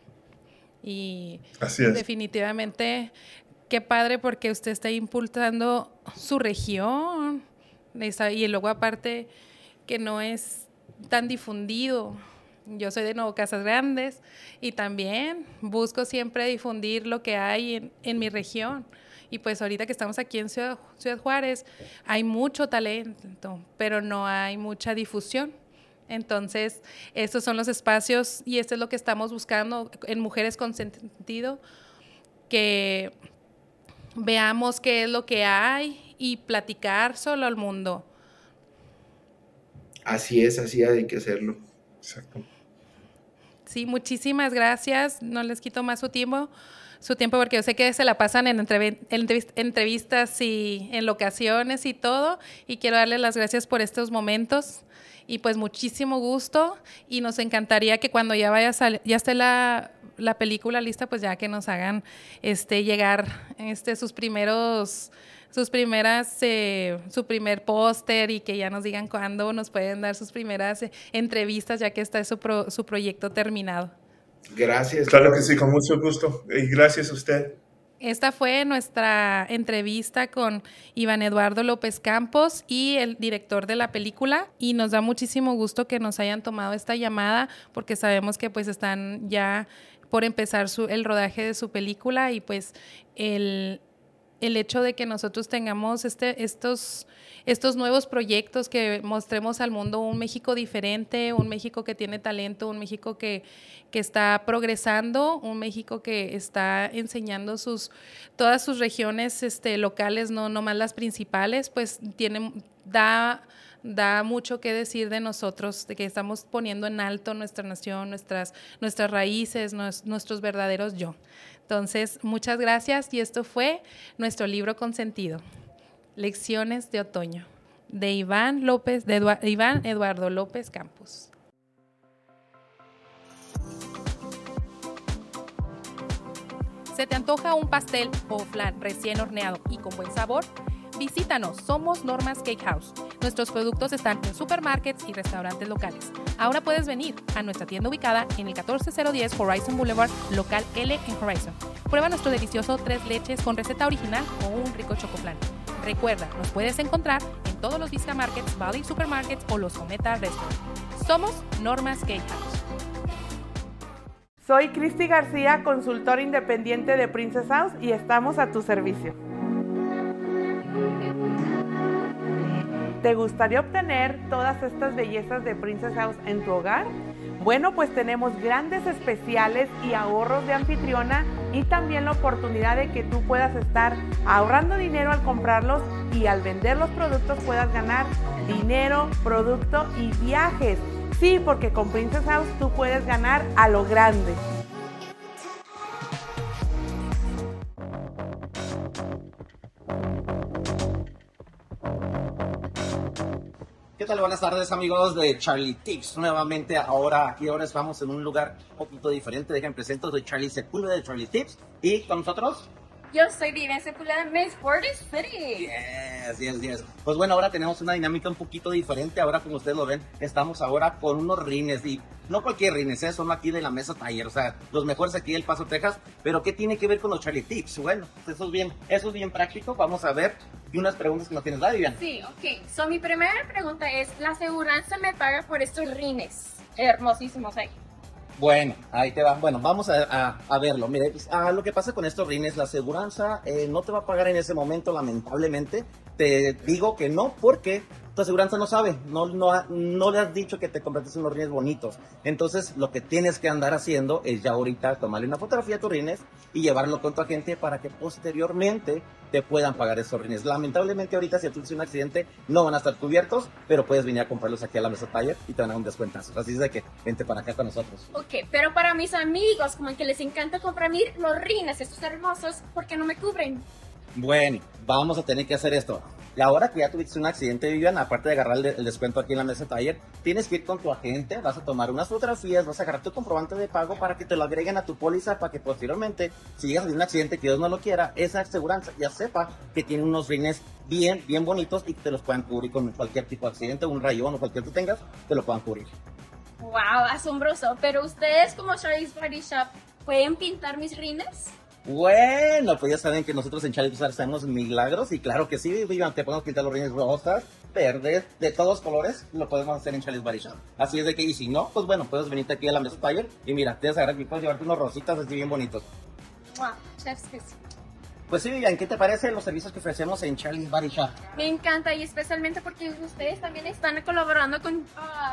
Y así es. Definitivamente, qué padre, porque usted está impulsando su región, y luego aparte que no es tan difundido. Yo soy de Nuevo Casas Grandes y también busco siempre difundir lo que hay en mi región. Y pues ahorita que estamos aquí en Ciudad Juárez, hay mucho talento, pero no hay mucha difusión. Entonces, estos son los espacios, y esto es lo que estamos buscando en Mujeres con Sentido, que veamos qué es lo que hay y platicar solo al mundo. Así hay que hacerlo. Exacto. Sí, muchísimas gracias. No les quito más su tiempo, porque yo sé que se la pasan en entrevistas y en locaciones y todo, y quiero darles las gracias por estos momentos. Y pues muchísimo gusto, y nos encantaría que cuando ya esté la película lista, pues ya que nos hagan llegar su primer póster, y que ya nos digan cuándo nos pueden dar sus primeras entrevistas, ya que está su proyecto terminado. Gracias. Claro que sí, con mucho gusto, y gracias a usted. Esta fue nuestra entrevista con Iván Eduardo López Campos y el director de la película, y nos da muchísimo gusto que nos hayan tomado esta llamada porque sabemos que pues están ya por empezar el rodaje de su película, y pues el hecho de que nosotros tengamos estos nuevos proyectos, que mostremos al mundo un México diferente, un México que tiene talento, un México que está progresando, un México que está enseñando todas sus regiones locales, no más las principales, pues da mucho que decir de nosotros, de que estamos poniendo en alto nuestra nación, nuestras raíces, nuestros verdaderos yo. Entonces, muchas gracias, y esto fue nuestro libro consentido, Lecciones de Otoño, de Iván Eduardo López Campos. ¿Se te antoja un pastel o flan recién horneado y con buen sabor? Visítanos, somos Norma's Cake House. Nuestros productos están en supermarkets y restaurantes locales. Ahora puedes venir a nuestra tienda ubicada en el 14010 Horizon Boulevard, local L en Horizon. Prueba nuestro delicioso 3 leches con receta original o un rico chocoflan. Recuerda, nos puedes encontrar en todos los Vista Markets, Valley Supermarkets o los Cometa Restaurant. Somos Norma's Cake House. Soy Cristi García, consultora independiente de Princess House, y estamos a tu servicio. ¿Te gustaría obtener todas estas bellezas de Princess House en tu hogar? Bueno, pues tenemos grandes especiales y ahorros de anfitriona, y también la oportunidad de que tú puedas estar ahorrando dinero al comprarlos, y al vender los productos puedas ganar dinero, producto y viajes. Sí, porque con Princess House tú puedes ganar a lo grande. ¿Qué tal? Buenas tardes, amigos de Charlie Tips. Nuevamente ahora estamos en un lugar un poquito diferente. Déjenme presento, soy Charlie Sepúlveda de Charlie Tips, y con nosotros... Yo soy Vivian Sepúlveda de Miss Border City. Yes. Pues bueno, ahora tenemos una dinámica un poquito diferente. Ahora, como ustedes lo ven, estamos ahora con unos rines, y no cualquier rines, son aquí de la Mesa Tire, o sea, los mejores aquí del Paso, Texas. Pero ¿qué tiene que ver con los Charlie Tips? Bueno, eso es bien práctico. Vamos a ver y unas preguntas que nos tienes, ¿verdad, Vivian? Sí, ok. So, mi primera pregunta es, ¿la aseguranza me paga por estos rines hermosísimos ahí? Bueno, ahí te va. Bueno, vamos a verlo. Mira, pues, lo que pasa con estos rines, la aseguranza no te va a pagar en ese momento, lamentablemente. Te digo que no, porque tu aseguranza no sabe, no le has dicho que te compraste unos rines bonitos. Entonces, lo que tienes que andar haciendo es ya ahorita tomarle una fotografía a tus rines y llevarlo con tu agente para que posteriormente te puedan pagar esos rines. Lamentablemente, ahorita, si tuviste un accidente, no van a estar cubiertos, pero puedes venir a comprarlos aquí a la Mesa Tire y te van a dar un descuentazo. Así es de que vente para acá con nosotros. Ok, pero para mis amigos, como que les encanta comprar los rines, estos hermosos, ¿por qué no me cubren? Bueno, vamos a tener que hacer esto. Y ahora que ya tuviste un accidente, Vivian, aparte de agarrar el descuento aquí en la Mesa Tire, tienes que ir con tu agente, vas a tomar unas fotografías, vas a agarrar tu comprobante de pago para que te lo agreguen a tu póliza, para que posteriormente, si llegas a tener un accidente, que Dios no lo quiera, esa aseguranza ya sepa que tiene unos rines bien bonitos y que te los puedan cubrir con cualquier tipo de accidente, un rayón o cualquier que tengas, te lo puedan cubrir. Wow, asombroso. Pero ustedes, como Charlie's Body Shop, ¿pueden pintar mis rines? Bueno, pues ya saben que nosotros en Charlie hacemos milagros, y claro que sí, Vivian, te podemos pintar los rines rosas, verdes, de todos colores, lo podemos hacer en Charlie's Body Shop. Así es de que, y si no, pues bueno, puedes venirte aquí a la Mesa Tire y mira, te vas a agarrar aquí, puedes llevarte unos rositas así bien bonitos. Wow, chef's kiss. Pues sí, Vivian, ¿qué te parece los servicios que ofrecemos en Charlie's Body Shop? Me encanta, y especialmente porque ustedes también están colaborando con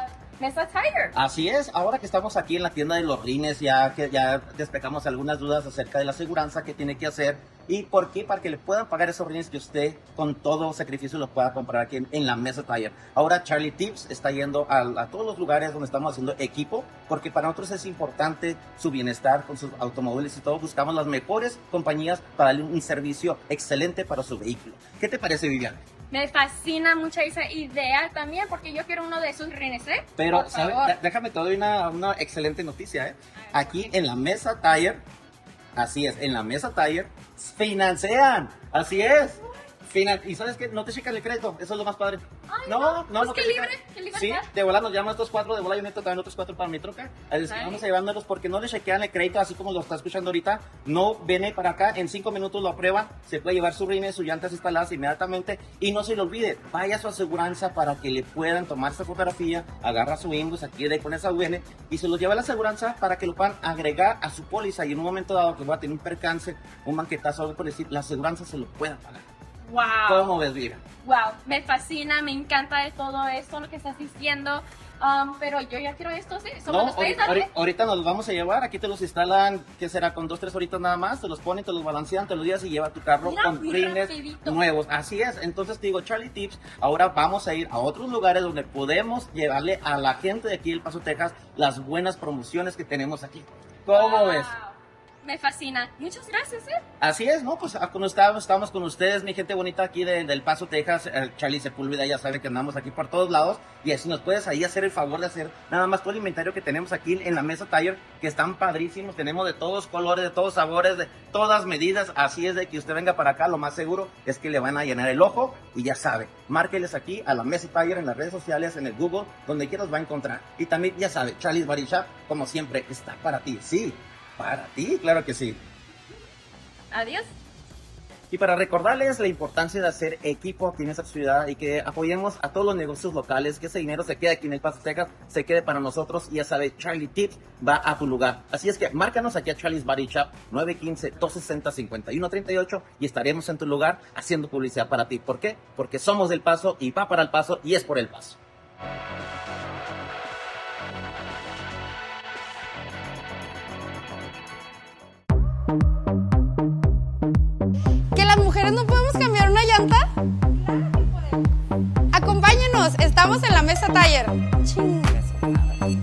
Mesa Tire. Así es, ahora que estamos aquí en la tienda de los rines, ya despejamos algunas dudas acerca de la aseguranza que tiene que hacer y por qué, para que le puedan pagar esos rines que usted con todo sacrificio los pueda comprar aquí en la Mesa Tire. Ahora Charlie Tips está yendo a todos los lugares donde estamos haciendo equipo, porque para nosotros es importante su bienestar con sus automóviles y todo. Buscamos las mejores compañías para darle un servicio excelente para su vehículo. ¿Qué te parece, Vivian? Me fascina mucho esa idea también, porque yo quiero uno de esos rines, ¿eh? Pero, ¿sabes? Déjame te doy una excelente noticia, ¿eh? Aquí en la Mesa Tire, así es, en la Mesa Tire, financian, así es. Final. Y ¿sabes qué? No te checan el crédito, eso es lo más padre. Ay, no pues te qué checan. libre, qué libertad. Sí, de volar nos llaman estos 4, de volar yo neto también otros 4 para mi troca. Así que vamos a llevándolos porque no le chequean el crédito, así como lo está escuchando ahorita. No viene para acá, en 5 minutos lo aprueban, se puede llevar su rines, sus llantas instaladas inmediatamente. Y no se le olvide, vaya a su aseguranza para que le puedan tomar esta fotografía, agarra su invoice aquí de con esa UN y se los lleva a la aseguranza para que lo puedan agregar a su póliza. Y en un momento dado que va a tener un percance, un banquetazo, algo por decir, la aseguranza se lo pueda pagar. Wow. ¿Cómo ves, Viva? Wow, me fascina, me encanta de todo esto, lo que estás diciendo. Pero yo ya quiero esto, ¿sí? ¿Solo los puedes dar? Ahorita nos los vamos a llevar, aquí te los instalan, que será con 2-3 horitas nada más, te los ponen, te los balancean, te los llevas y lleva tu carro Mira, con muy rines rapidito. nuevos. Así es, entonces te digo, Charlie Tips, ahora vamos a ir a otros lugares donde podemos llevarle a la gente de aquí del Paso, Texas, las buenas promociones que tenemos aquí. ¿Cómo Wow. ves? Me fascina. Muchas gracias, Así es, ¿no? Pues estamos con ustedes, mi gente bonita aquí del Paso, Texas. Charlie Sepúlveda ya sabe que andamos aquí por todos lados. Y así nos puedes ahí hacer el favor de hacer nada más todo el inventario que tenemos aquí en la mesa Tire, que están padrísimos. Tenemos de todos colores, de todos sabores, de todas medidas. Así es de que usted venga para acá, lo más seguro es que le van a llenar el ojo. Y ya sabe, márqueles aquí a la mesa Tire en las redes sociales, en el Google, donde quiera los va a encontrar. Y también, ya sabe, Charlie's Body Shop, como siempre, está para ti. Sí, para ti, claro que sí. Adiós. Y para recordarles la importancia de hacer equipo aquí en esta ciudad y que apoyemos a todos los negocios locales, que ese dinero se quede aquí en El Paso, Texas, se quede para nosotros y ya sabe, Charlie Tips va a tu lugar. Así es que márcanos aquí a Charlie's Body Shop 915-260-5138 y estaremos en tu lugar haciendo publicidad para ti. ¿Por qué? Porque somos del Paso y va para El Paso y es por El Paso. ¿Que las mujeres no podemos cambiar una llanta? Acompáñenos, estamos en la mesa Tire. Chingue su madre.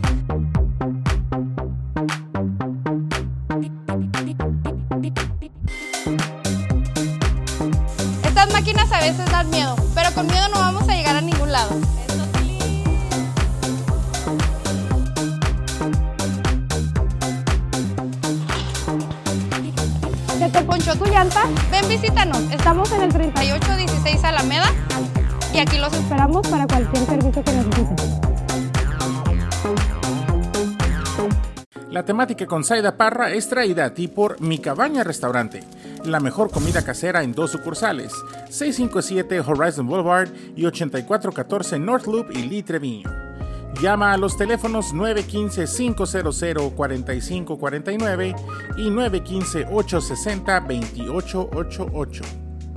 Estas máquinas a veces dan miedo, pero con miedo no vamos a llegar a ningún lado. ¿Se te ponchó tu llanta? Ven, visítanos. Estamos en el 3816 Alameda y aquí los esperamos para cualquier servicio que necesites. La temática con Zaida Parra es traída a ti por Mi Cabaña Restaurante, la mejor comida casera en 2 sucursales, 657 Horizon Boulevard y 8414 North Loop y Lee Treviño. Llama a los teléfonos 915-500-4549 y 915-860-2888.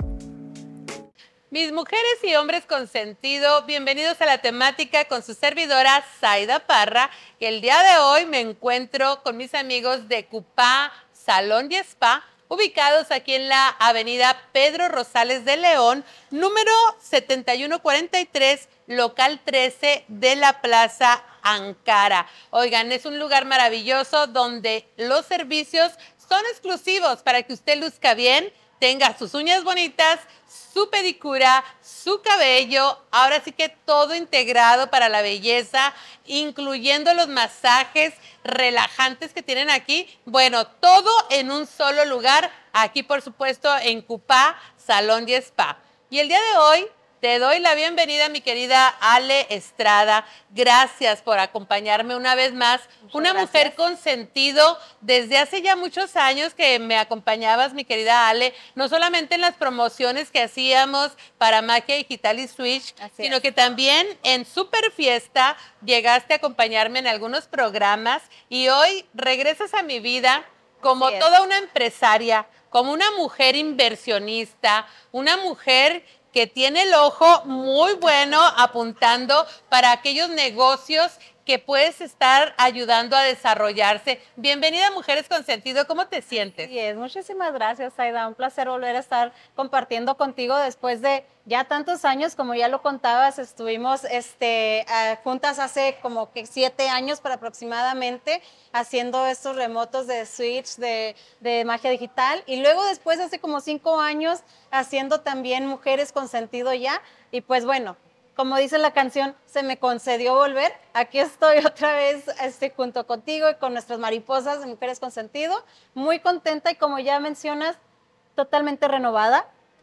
Mis mujeres y hombres con sentido, bienvenidos a la temática con su servidora Zaida Parra. Y el día de hoy me encuentro con mis amigos de Cupá Salón y Spa, ubicados aquí en la avenida Pedro Rosales de León, número 7143, local 13 de la Plaza Ankara. Oigan, es un lugar maravilloso donde los servicios son exclusivos para que usted luzca bien, tenga sus uñas bonitas, su pedicura, su cabello, ahora sí que todo integrado para la belleza, incluyendo los masajes relajantes que tienen aquí. Bueno, todo en un solo lugar, aquí por supuesto en Cupá Salón y Spa. Y el día de hoy te doy la bienvenida, mi querida Ale Estrada. Gracias por acompañarme una vez más. Una mujer con sentido desde hace ya muchos años que me acompañabas, mi querida Ale, no solamente en las promociones que hacíamos para Magia Digital y Switch, sino que también en Super Fiesta llegaste a acompañarme en algunos programas y hoy regresas a mi vida como toda una empresaria, como una mujer inversionista, una mujer que tiene el ojo muy bueno apuntando para aquellos negocios que puedes estar ayudando a desarrollarse. Bienvenida, Mujeres con Sentido. ¿Cómo te sientes? Yes, muchísimas gracias, Zaida. Un placer volver a estar compartiendo contigo después de ya tantos años, como ya lo contabas. Estuvimos juntas hace como que 7 años para aproximadamente, haciendo estos remotos de Switch, de Magia Digital. Y luego después, hace como 5 años, haciendo también Mujeres con Sentido ya. Y pues bueno, como dice la canción, se me concedió volver. Aquí estoy otra vez junto contigo y con nuestras mariposas de Mujeres con Sentido. Muy contenta y como ya mencionas, totalmente renovada,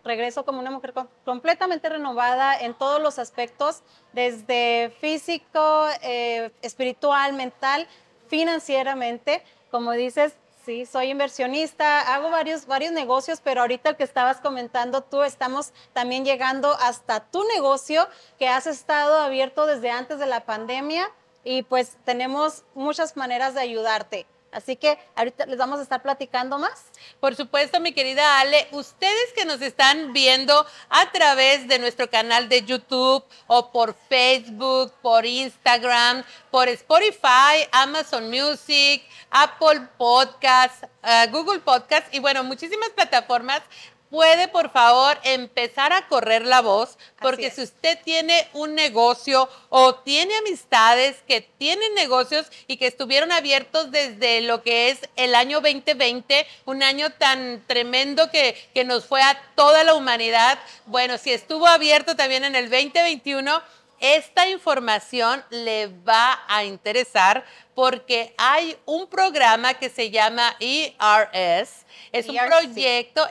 regreso como una mujer completamente renovada en todos los aspectos, desde físico, espiritual, mental, financieramente. Como dices, sí, soy inversionista, hago varios negocios, pero ahorita el que estabas comentando tú, estamos también llegando hasta tu negocio que has estado abierto desde antes de la pandemia y pues tenemos muchas maneras de ayudarte. Así que ahorita les vamos a estar platicando más. Por supuesto, mi querida Ale, ustedes que nos están viendo a través de nuestro canal de YouTube o por Facebook, por Instagram, por Spotify, Amazon Music, Apple Podcast, Google Podcast y bueno, muchísimas plataformas. Puede, por favor, empezar a correr la voz, porque si usted tiene un negocio o tiene amistades que tienen negocios y que estuvieron abiertos desde lo que es el año 2020, un año tan tremendo que nos fue a toda la humanidad, bueno, si estuvo abierto también en el 2021, esta información le va a interesar porque hay un programa que se llama ERS, es un proyecto,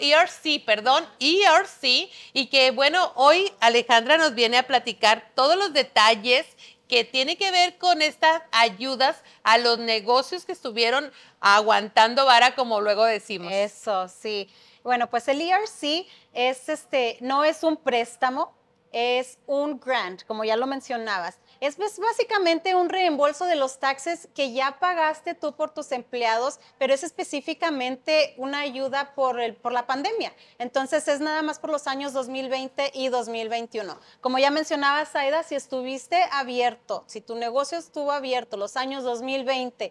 ERC, y que bueno, hoy Alejandra nos viene a platicar todos los detalles que tiene que ver con estas ayudas a los negocios que estuvieron aguantando vara, como luego decimos. Eso, sí. Bueno, pues el ERC es no es un préstamo, es un grant, como ya lo mencionabas. Es básicamente un reembolso de los taxes que ya pagaste tú por tus empleados, pero es específicamente una ayuda por la pandemia. Entonces, es nada más por los años 2020 y 2021. Como ya mencionaba Zaida, si estuviste abierto, si tu negocio estuvo abierto los años 2020,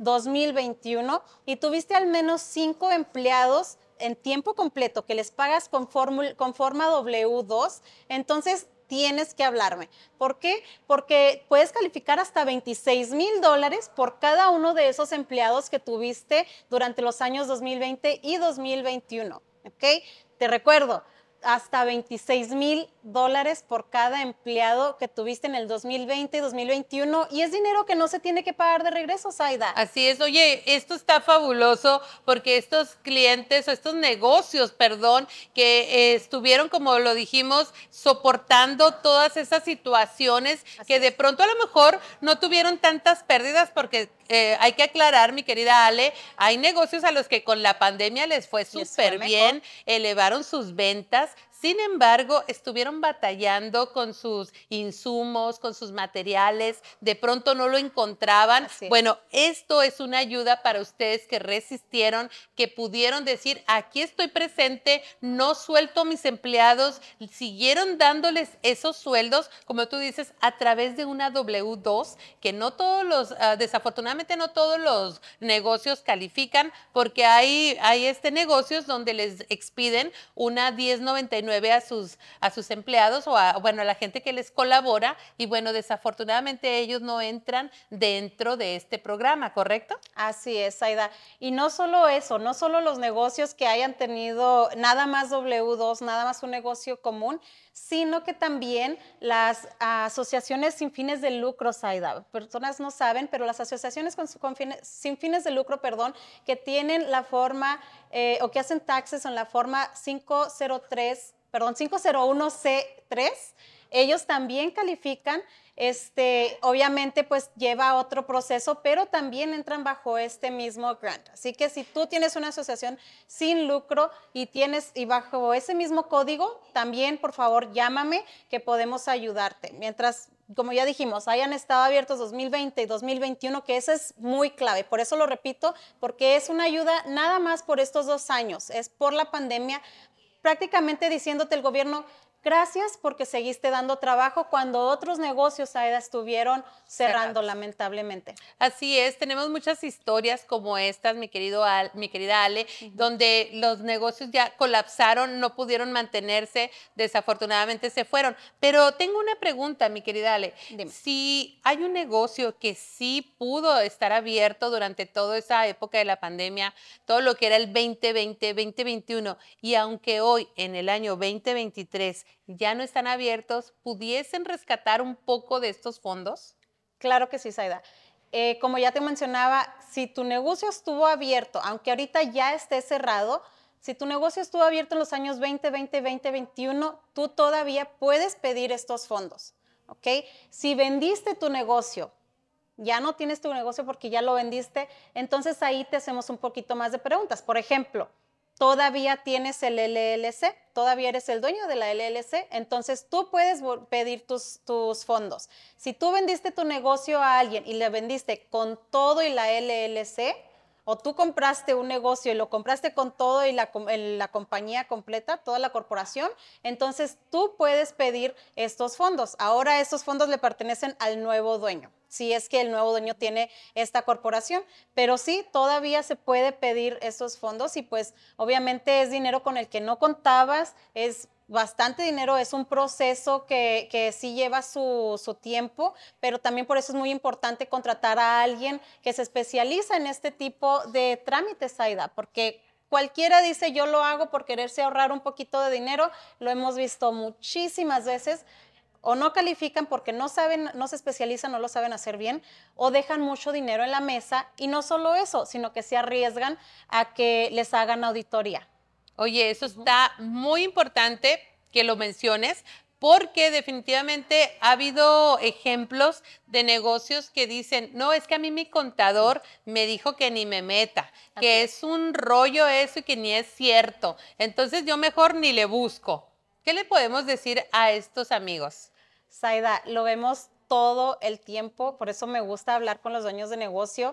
2021 y tuviste al menos 5 empleados en tiempo completo que les pagas con forma W2, entonces tienes que hablarme. ¿Por qué? Porque puedes calificar hasta $26,000 por cada uno de esos empleados que tuviste durante los años 2020 y 2021. ¿Ok? Te recuerdo, hasta $26,000 por cada empleado que tuviste en el 2020 y 2021 y es dinero que no se tiene que pagar de regreso, Zaida. Así es. Oye, esto está fabuloso porque estos clientes o estos negocios, perdón, que estuvieron, como lo dijimos, soportando todas esas situaciones que de pronto a lo mejor no tuvieron tantas pérdidas porque hay que aclarar, mi querida Ale, hay negocios a los que con la pandemia les fue súper bien, elevaron sus ventas. Sin embargo, estuvieron batallando con sus insumos, con sus materiales, de pronto no lo encontraban. Bueno, esto es una ayuda para ustedes que resistieron, que pudieron decir, aquí estoy presente, no suelto mis empleados, siguieron dándoles esos sueldos, como tú dices, a través de una W2, que no todos los, desafortunadamente no todos los negocios califican, porque hay negocios donde les expiden una 1099 a sus empleados o a la gente que les colabora y bueno, desafortunadamente ellos no entran dentro de este programa, ¿correcto? Así es, Zaida. Y no solo eso, no solo los negocios que hayan tenido nada más W2, nada más un negocio común, sino que también las asociaciones sin fines de lucro, Zaida. Personas no saben, pero las asociaciones sin fines de lucro, que tienen la forma o que hacen taxes en la forma 501C3, ellos también califican, obviamente pues lleva otro proceso, pero también entran bajo este mismo grant. Así que si tú tienes una asociación sin lucro y bajo ese mismo código, también por favor llámame que podemos ayudarte. Mientras, como ya dijimos, hayan estado abiertos 2020 y 2021, que eso es muy clave. Por eso lo repito, porque es una ayuda nada más por estos 2 años, es por la pandemia, prácticamente diciéndote el gobierno, gracias porque seguiste dando trabajo cuando otros negocios, Aida, estuvieron cerrando lamentablemente. Así es, tenemos muchas historias como estas, mi querida Ale, donde los negocios ya colapsaron, no pudieron mantenerse, desafortunadamente se fueron. Pero tengo una pregunta, mi querida Ale. Dime. Si hay un negocio que sí pudo estar abierto durante toda esa época de la pandemia, todo lo que era el 2020, 2021, y aunque hoy en el año 2023 ya no están abiertos, ¿pudiesen rescatar un poco de estos fondos? Claro que sí, Zaida. Como ya te mencionaba, si tu negocio estuvo abierto, aunque ahorita ya esté cerrado, Si tu negocio estuvo abierto en los años 20, 20, 20, 21, tú todavía puedes pedir estos fondos, ¿ok? Si vendiste tu negocio, ya no tienes tu negocio porque ya lo vendiste, entonces ahí te hacemos un poquito más de preguntas. Por ejemplo, todavía tienes el LLC, todavía eres el dueño de la LLC, entonces tú puedes pedir tus fondos. Si tú vendiste tu negocio a alguien y le vendiste con todo y la LLC, o tú compraste un negocio y lo compraste con todo y la compañía completa, toda la corporación, entonces tú puedes pedir estos fondos. Ahora estos fondos le pertenecen al nuevo dueño, si es que el nuevo dueño tiene esta corporación, pero sí, todavía se puede pedir esos fondos y pues obviamente es dinero con el que no contabas, es bastante dinero, es un proceso que sí lleva su tiempo, pero también por eso es muy importante contratar a alguien que se especializa en este tipo de trámites, Aida, porque cualquiera dice yo lo hago por quererse ahorrar un poquito de dinero, lo hemos visto muchísimas veces, o no califican porque no saben, no se especializan, no lo saben hacer bien, o dejan mucho dinero en la mesa y no solo eso, sino que se arriesgan a que les hagan auditoría. Oye, eso está muy importante que lo menciones porque definitivamente ha habido ejemplos de negocios que dicen, no, es que a mí mi contador me dijo que ni me meta, que es un rollo eso y que ni es cierto. Entonces yo mejor ni le busco. ¿Qué le podemos decir a estos amigos? Zaida, lo vemos todo el tiempo, por eso me gusta hablar con los dueños de negocio.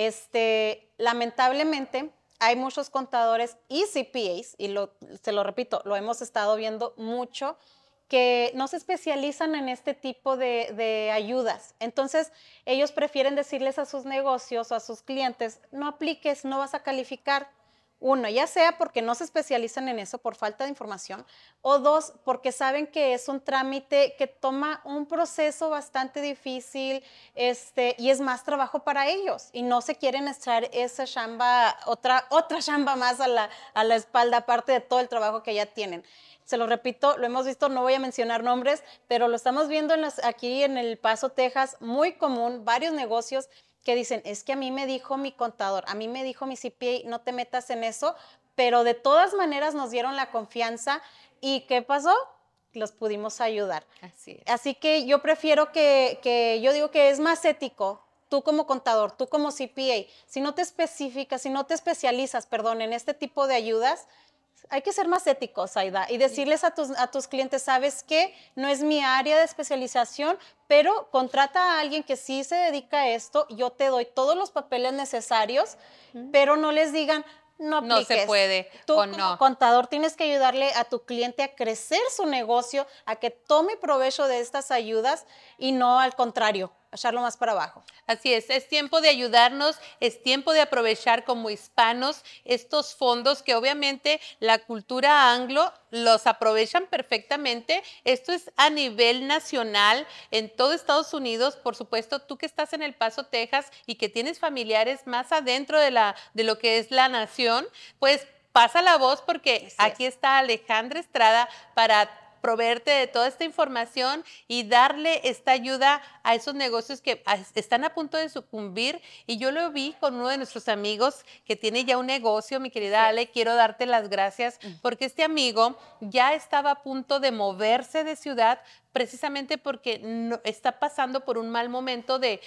Lamentablemente, hay muchos contadores y CPAs, y se lo repito, lo hemos estado viendo mucho, que no se especializan en este tipo de ayudas. Entonces, ellos prefieren decirles a sus negocios o a sus clientes, no apliques, no vas a calificar. Uno, ya sea porque no se especializan en eso por falta de información, o dos, porque saben que es un trámite que toma un proceso bastante difícil y es más trabajo para ellos y no se quieren echar esa chamba, otra chamba más a la espalda, aparte de todo el trabajo que ya tienen. Se lo repito, lo hemos visto, no voy a mencionar nombres, pero lo estamos viendo aquí en El Paso, Texas, muy común, varios negocios que dicen, es que a mí me dijo mi contador, a mí me dijo mi CPA, no te metas en eso, pero de todas maneras nos dieron la confianza y ¿qué pasó? Los pudimos ayudar. Así es. Así que yo prefiero yo digo que es más ético, tú como contador, tú como CPA, si no te especializas, en este tipo de ayudas, hay que ser más éticos, Aida, y decirles a tus clientes, ¿sabes qué? No es mi área de especialización, pero contrata a alguien que sí se dedica a esto, yo te doy todos los papeles necesarios, pero no les digan, no apliques. No se puede, Tú o como no. contador tienes que ayudarle a tu cliente a crecer su negocio, a que tome provecho de estas ayudas y no al contrario, echarlo más para abajo. Así es tiempo de ayudarnos, es tiempo de aprovechar como hispanos estos fondos que obviamente la cultura anglo los aprovechan perfectamente. Esto es a nivel nacional en todo Estados Unidos. Por supuesto, tú que estás en El Paso, Texas y que tienes familiares más adentro de lo que es la nación, pues pasa la voz porque aquí está Alejandra Estrada para proveerte de toda esta información y darle esta ayuda a esos negocios que están a punto de sucumbir. Y yo lo vi con uno de nuestros amigos que tiene ya un negocio, mi querida Ale, quiero darte las gracias porque este amigo ya estaba a punto de moverse de ciudad precisamente porque está pasando por un mal momento de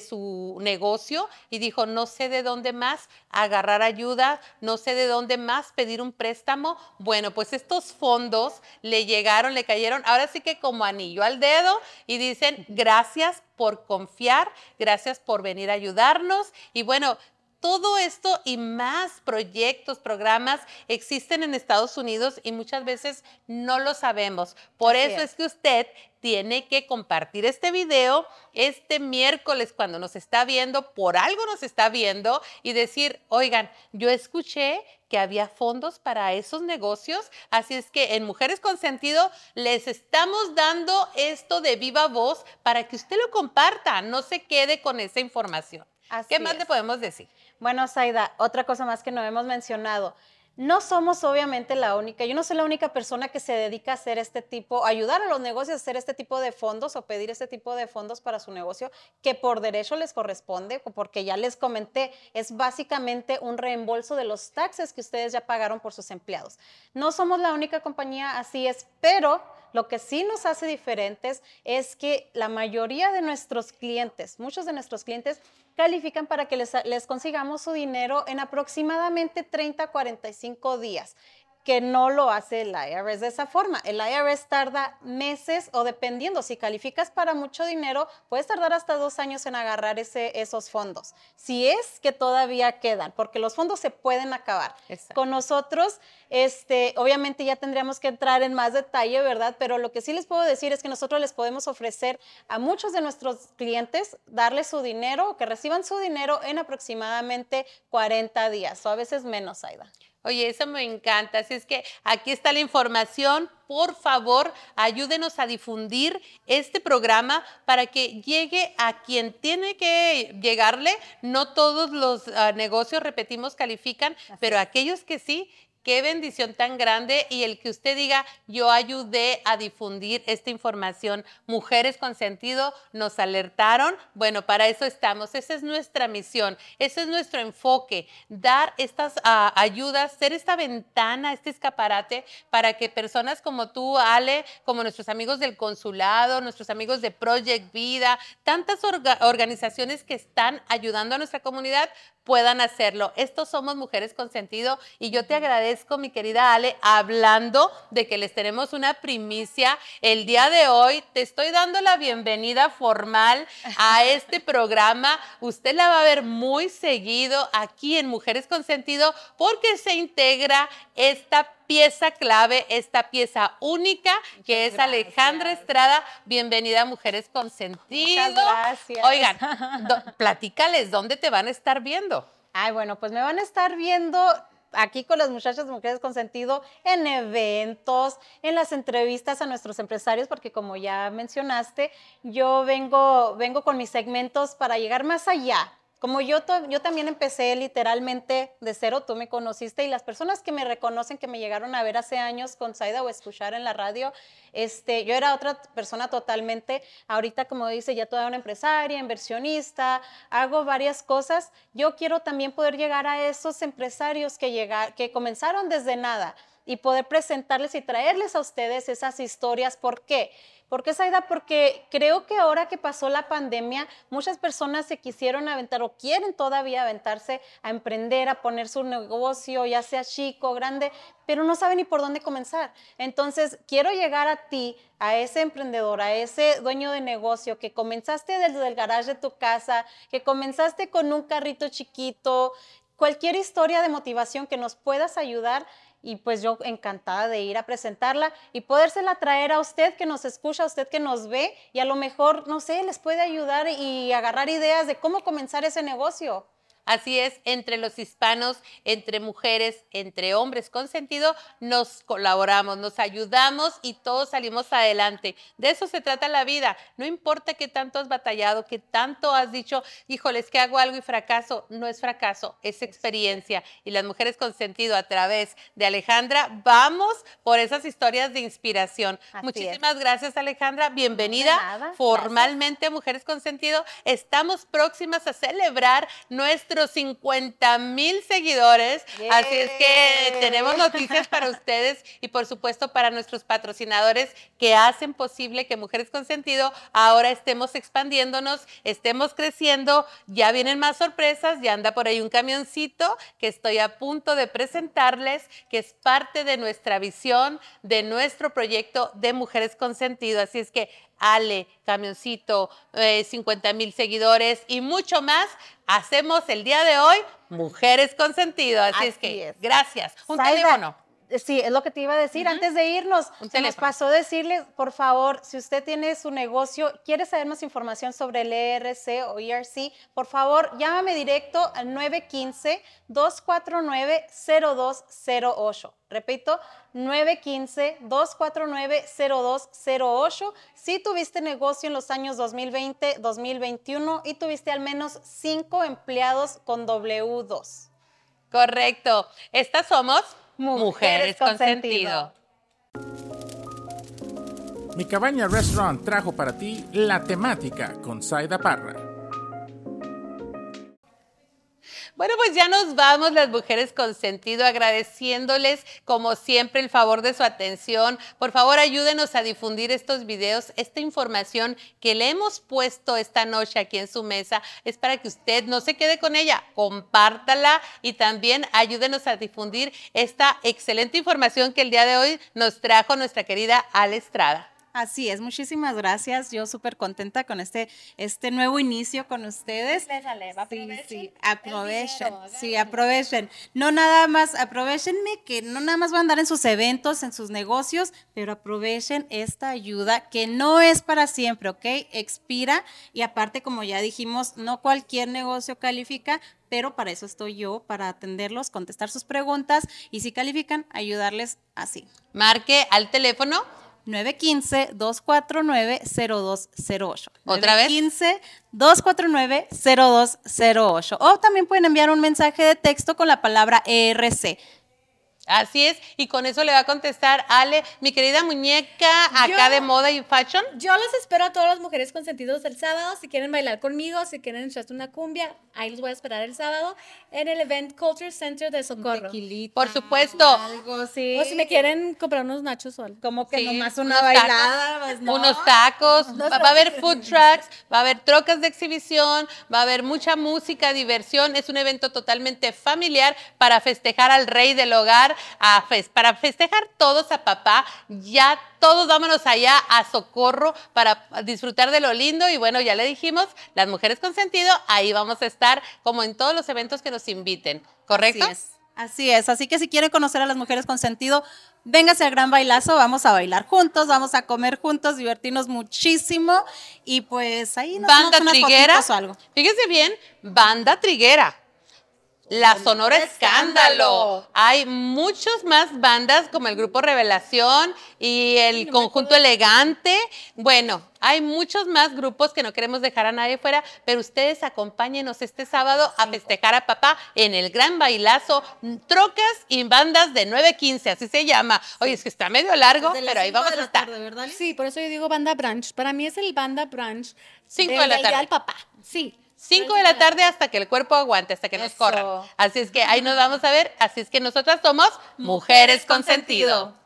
su negocio y dijo, no sé de dónde más agarrar ayuda, no sé de dónde más pedir un préstamo. Bueno, pues estos fondos le llegaron, le cayeron, ahora sí que como anillo al dedo y dicen, gracias por confiar, gracias por venir a ayudarnos y bueno, todo esto y más proyectos, programas existen en Estados Unidos y muchas veces no lo sabemos. Por eso es que usted tiene que compartir este video este miércoles cuando nos está viendo, por algo nos está viendo y decir, oigan, yo escuché que había fondos para esos negocios, así es que en Mujeres con Sentido les estamos dando esto de viva voz para que usted lo comparta, no se quede con esa información. ¿Qué más le podemos decir? Bueno, Zaida, otra cosa más que no hemos mencionado. No somos obviamente la única, yo no soy la única persona que se dedica a hacer ayudar a los negocios a hacer este tipo de fondos o pedir este tipo de fondos para su negocio, que por derecho les corresponde, porque ya les comenté, es básicamente un reembolso de los taxes que ustedes ya pagaron por sus empleados. No somos la única compañía, así es, pero lo que sí nos hace diferentes es que la mayoría de nuestros clientes, muchos de nuestros clientes, califican para que les consigamos su dinero en aproximadamente 30 a 45 días, que no lo hace el IRS de esa forma. El IRS tarda meses o dependiendo, si calificas para mucho dinero, puedes tardar hasta 2 años en agarrar esos fondos, si es que todavía quedan, porque los fondos se pueden acabar. Exacto. Con nosotros, obviamente ya tendríamos que entrar en más detalle, ¿verdad? Pero lo que sí les puedo decir es que nosotros les podemos ofrecer a muchos de nuestros clientes darles su dinero, que reciban su dinero en aproximadamente 40 días o a veces menos, Aida. Oye, eso me encanta. Así es que aquí está la información. Por favor, ayúdenos a difundir este programa para que llegue a quien tiene que llegarle. No todos los negocios, repetimos, califican, pero aquellos que sí, qué bendición tan grande, y el que usted diga, yo ayudé a difundir esta información. Mujeres con Sentido nos alertaron. Bueno, para eso estamos. Esa es nuestra misión, ese es nuestro enfoque, dar estas ayudas, ser esta ventana, este escaparate para que personas como tú, Ale, como nuestros amigos del consulado, nuestros amigos de Project Vida, tantas organizaciones que están ayudando a nuestra comunidad, puedan hacerlo. Estos somos Mujeres con Sentido, y yo te agradezco, mi querida Ale, hablando de que les tenemos una primicia el día de hoy. Te estoy dando la bienvenida formal a este programa. Usted la va a ver muy seguido aquí en Mujeres con Sentido, porque se integra esta pieza clave, esta pieza única, que es Alejandra Estrada. Bienvenida a Mujeres con Sentido. Muchas gracias. Oigan, platícales, ¿dónde te van a estar viendo? Ay, bueno, pues me van a estar viendo aquí con las muchachas de Mujeres con Sentido en eventos, en las entrevistas a nuestros empresarios, porque como ya mencionaste, yo vengo con mis segmentos para llegar más allá. Como yo también empecé literalmente de cero, tú me conociste, y las personas que me reconocen, que me llegaron a ver hace años con Zaida o escuchar en la radio, yo era otra persona totalmente. Ahorita, como dice, ya toda una empresaria, inversionista, hago varias cosas. Yo quiero también poder llegar a esos empresarios que comenzaron desde nada y poder presentarles y traerles a ustedes esas historias. ¿Por qué? ¿Por qué, Zaida? Porque creo que ahora que pasó la pandemia, muchas personas se quisieron aventar o quieren todavía aventarse a emprender, a poner su negocio, ya sea chico o grande, pero no saben ni por dónde comenzar. Entonces, quiero llegar a ti, a ese emprendedor, a ese dueño de negocio que comenzaste desde el garage de tu casa, que comenzaste con un carrito chiquito, cualquier historia de motivación que nos puedas ayudar. Y pues yo encantada de ir a presentarla y podérsela traer a usted que nos escucha, a usted que nos ve, y a lo mejor, no sé, les puede ayudar y agarrar ideas de cómo comenzar ese negocio. Así es, entre los hispanos, entre mujeres, entre hombres con sentido, nos colaboramos, nos ayudamos y todos salimos adelante. De eso se trata la vida. No importa qué tanto has batallado, qué tanto has dicho, híjoles, que hago algo y fracaso. No es fracaso, es experiencia. Y las Mujeres con Sentido, a través de Alejandra, vamos por esas historias de inspiración. Muchísimas gracias, Alejandra. Bienvenida formalmente a Mujeres con Sentido. Estamos próximas a celebrar nuestros 50,000 seguidores. Yeah. Así es que tenemos noticias para ustedes y por supuesto para nuestros patrocinadores que hacen posible que Mujeres con Sentido ahora estemos expandiéndonos, estemos creciendo. Ya vienen más sorpresas, ya anda por ahí un camioncito que estoy a punto de presentarles, que es parte de nuestra visión, de nuestro proyecto de Mujeres con Sentido. Así es que Ale, camioncito, 50,000 seguidores y mucho más, hacemos el día de hoy Mujeres con Sentido. Así es que, gracias. Un Zaida, teléfono. Sí, es lo que te iba a decir. Antes de irnos, se nos pasó decirles, por favor, si usted tiene su negocio, quiere saber más información sobre el ERC o ERC, por favor, llámame directo al 915-249-0208. Repito, 915-249-0208. Si tuviste negocio en los años 2020, 2021 y tuviste al menos 5 empleados con W2. Correcto. Estas somos Mujeres con Sentido. Mi Cabaña Restaurant trajo para ti la temática con Zaida Parra. Bueno, pues ya nos vamos, las Mujeres con Sentido, agradeciéndoles como siempre el favor de su atención. Por favor, ayúdenos a difundir estos videos, esta información que le hemos puesto esta noche aquí en su mesa. Es para que usted no se quede con ella, compártala y también ayúdenos a difundir esta excelente información que el día de hoy nos trajo nuestra querida Ale Estrada. Así es, muchísimas gracias. Yo súper contenta con este nuevo inicio con ustedes. Sí, aprovechen. Sí, aprovechen. No nada más, aprovechenme que no nada más van a andar en sus eventos, en sus negocios, pero aprovechen esta ayuda que no es para siempre, ¿ok? Expira y aparte, como ya dijimos, no cualquier negocio califica, pero para eso estoy yo, para atenderlos, contestar sus preguntas y si califican, ayudarles así. Marque al teléfono 915-249-0208. ¿Otra vez? 915-249-0208. O también pueden enviar un mensaje de texto con la palabra ERC. Así es, y con eso le va a contestar Ale, mi querida muñeca acá de moda y fashion. Yo los espero a todas las Mujeres Consentidos el sábado. Si quieren bailar conmigo, si quieren echarse una cumbia, ahí los voy a esperar el sábado en el Event Culture Center de Socorro. Por supuesto. Algo, sí. O si me quieren comprar unos nachos o algo. Como que Sí, nomás una unos bailada. tacos, Pues no. unos tacos, va a haber food trucks, va a haber trocas de exhibición, va a haber mucha música, diversión. Es un evento totalmente familiar para festejar al rey del hogar, para festejar todos a papá. Ya todos vámonos allá a Socorro para disfrutar de lo lindo. Y bueno, ya le dijimos, las Mujeres con Sentido, ahí vamos a estar como en todos los eventos que nos inviten, ¿correcto? Así es. Así que si quieren conocer a las Mujeres con Sentido, véngase al Gran Bailazo, vamos a bailar juntos, vamos a comer juntos, divertirnos muchísimo y pues ahí nos Banda tomamos unas Triguera, fotitos o algo. fíjense bien, Banda Triguera. La Sonora Escándalo. Hay muchas más bandas como el Grupo Revelación y el Conjunto Elegante. Bueno, hay muchos más grupos que no queremos dejar a nadie fuera, pero ustedes acompáñenos este sábado a festejar a papá en el Gran Bailazo, trocas y bandas de 9-15, así se llama. Oye, es que está medio largo, pero ahí vamos a estar. ¿verdad? Sí, por eso yo digo banda brunch. Para mí es el banda brunch. 5 de la tarde. Al papá. Sí. 5 de la tarde hasta que el cuerpo aguante, hasta que nos corran. Así es que ahí nos vamos a ver. Así es que nosotras somos Mujeres con Sentido.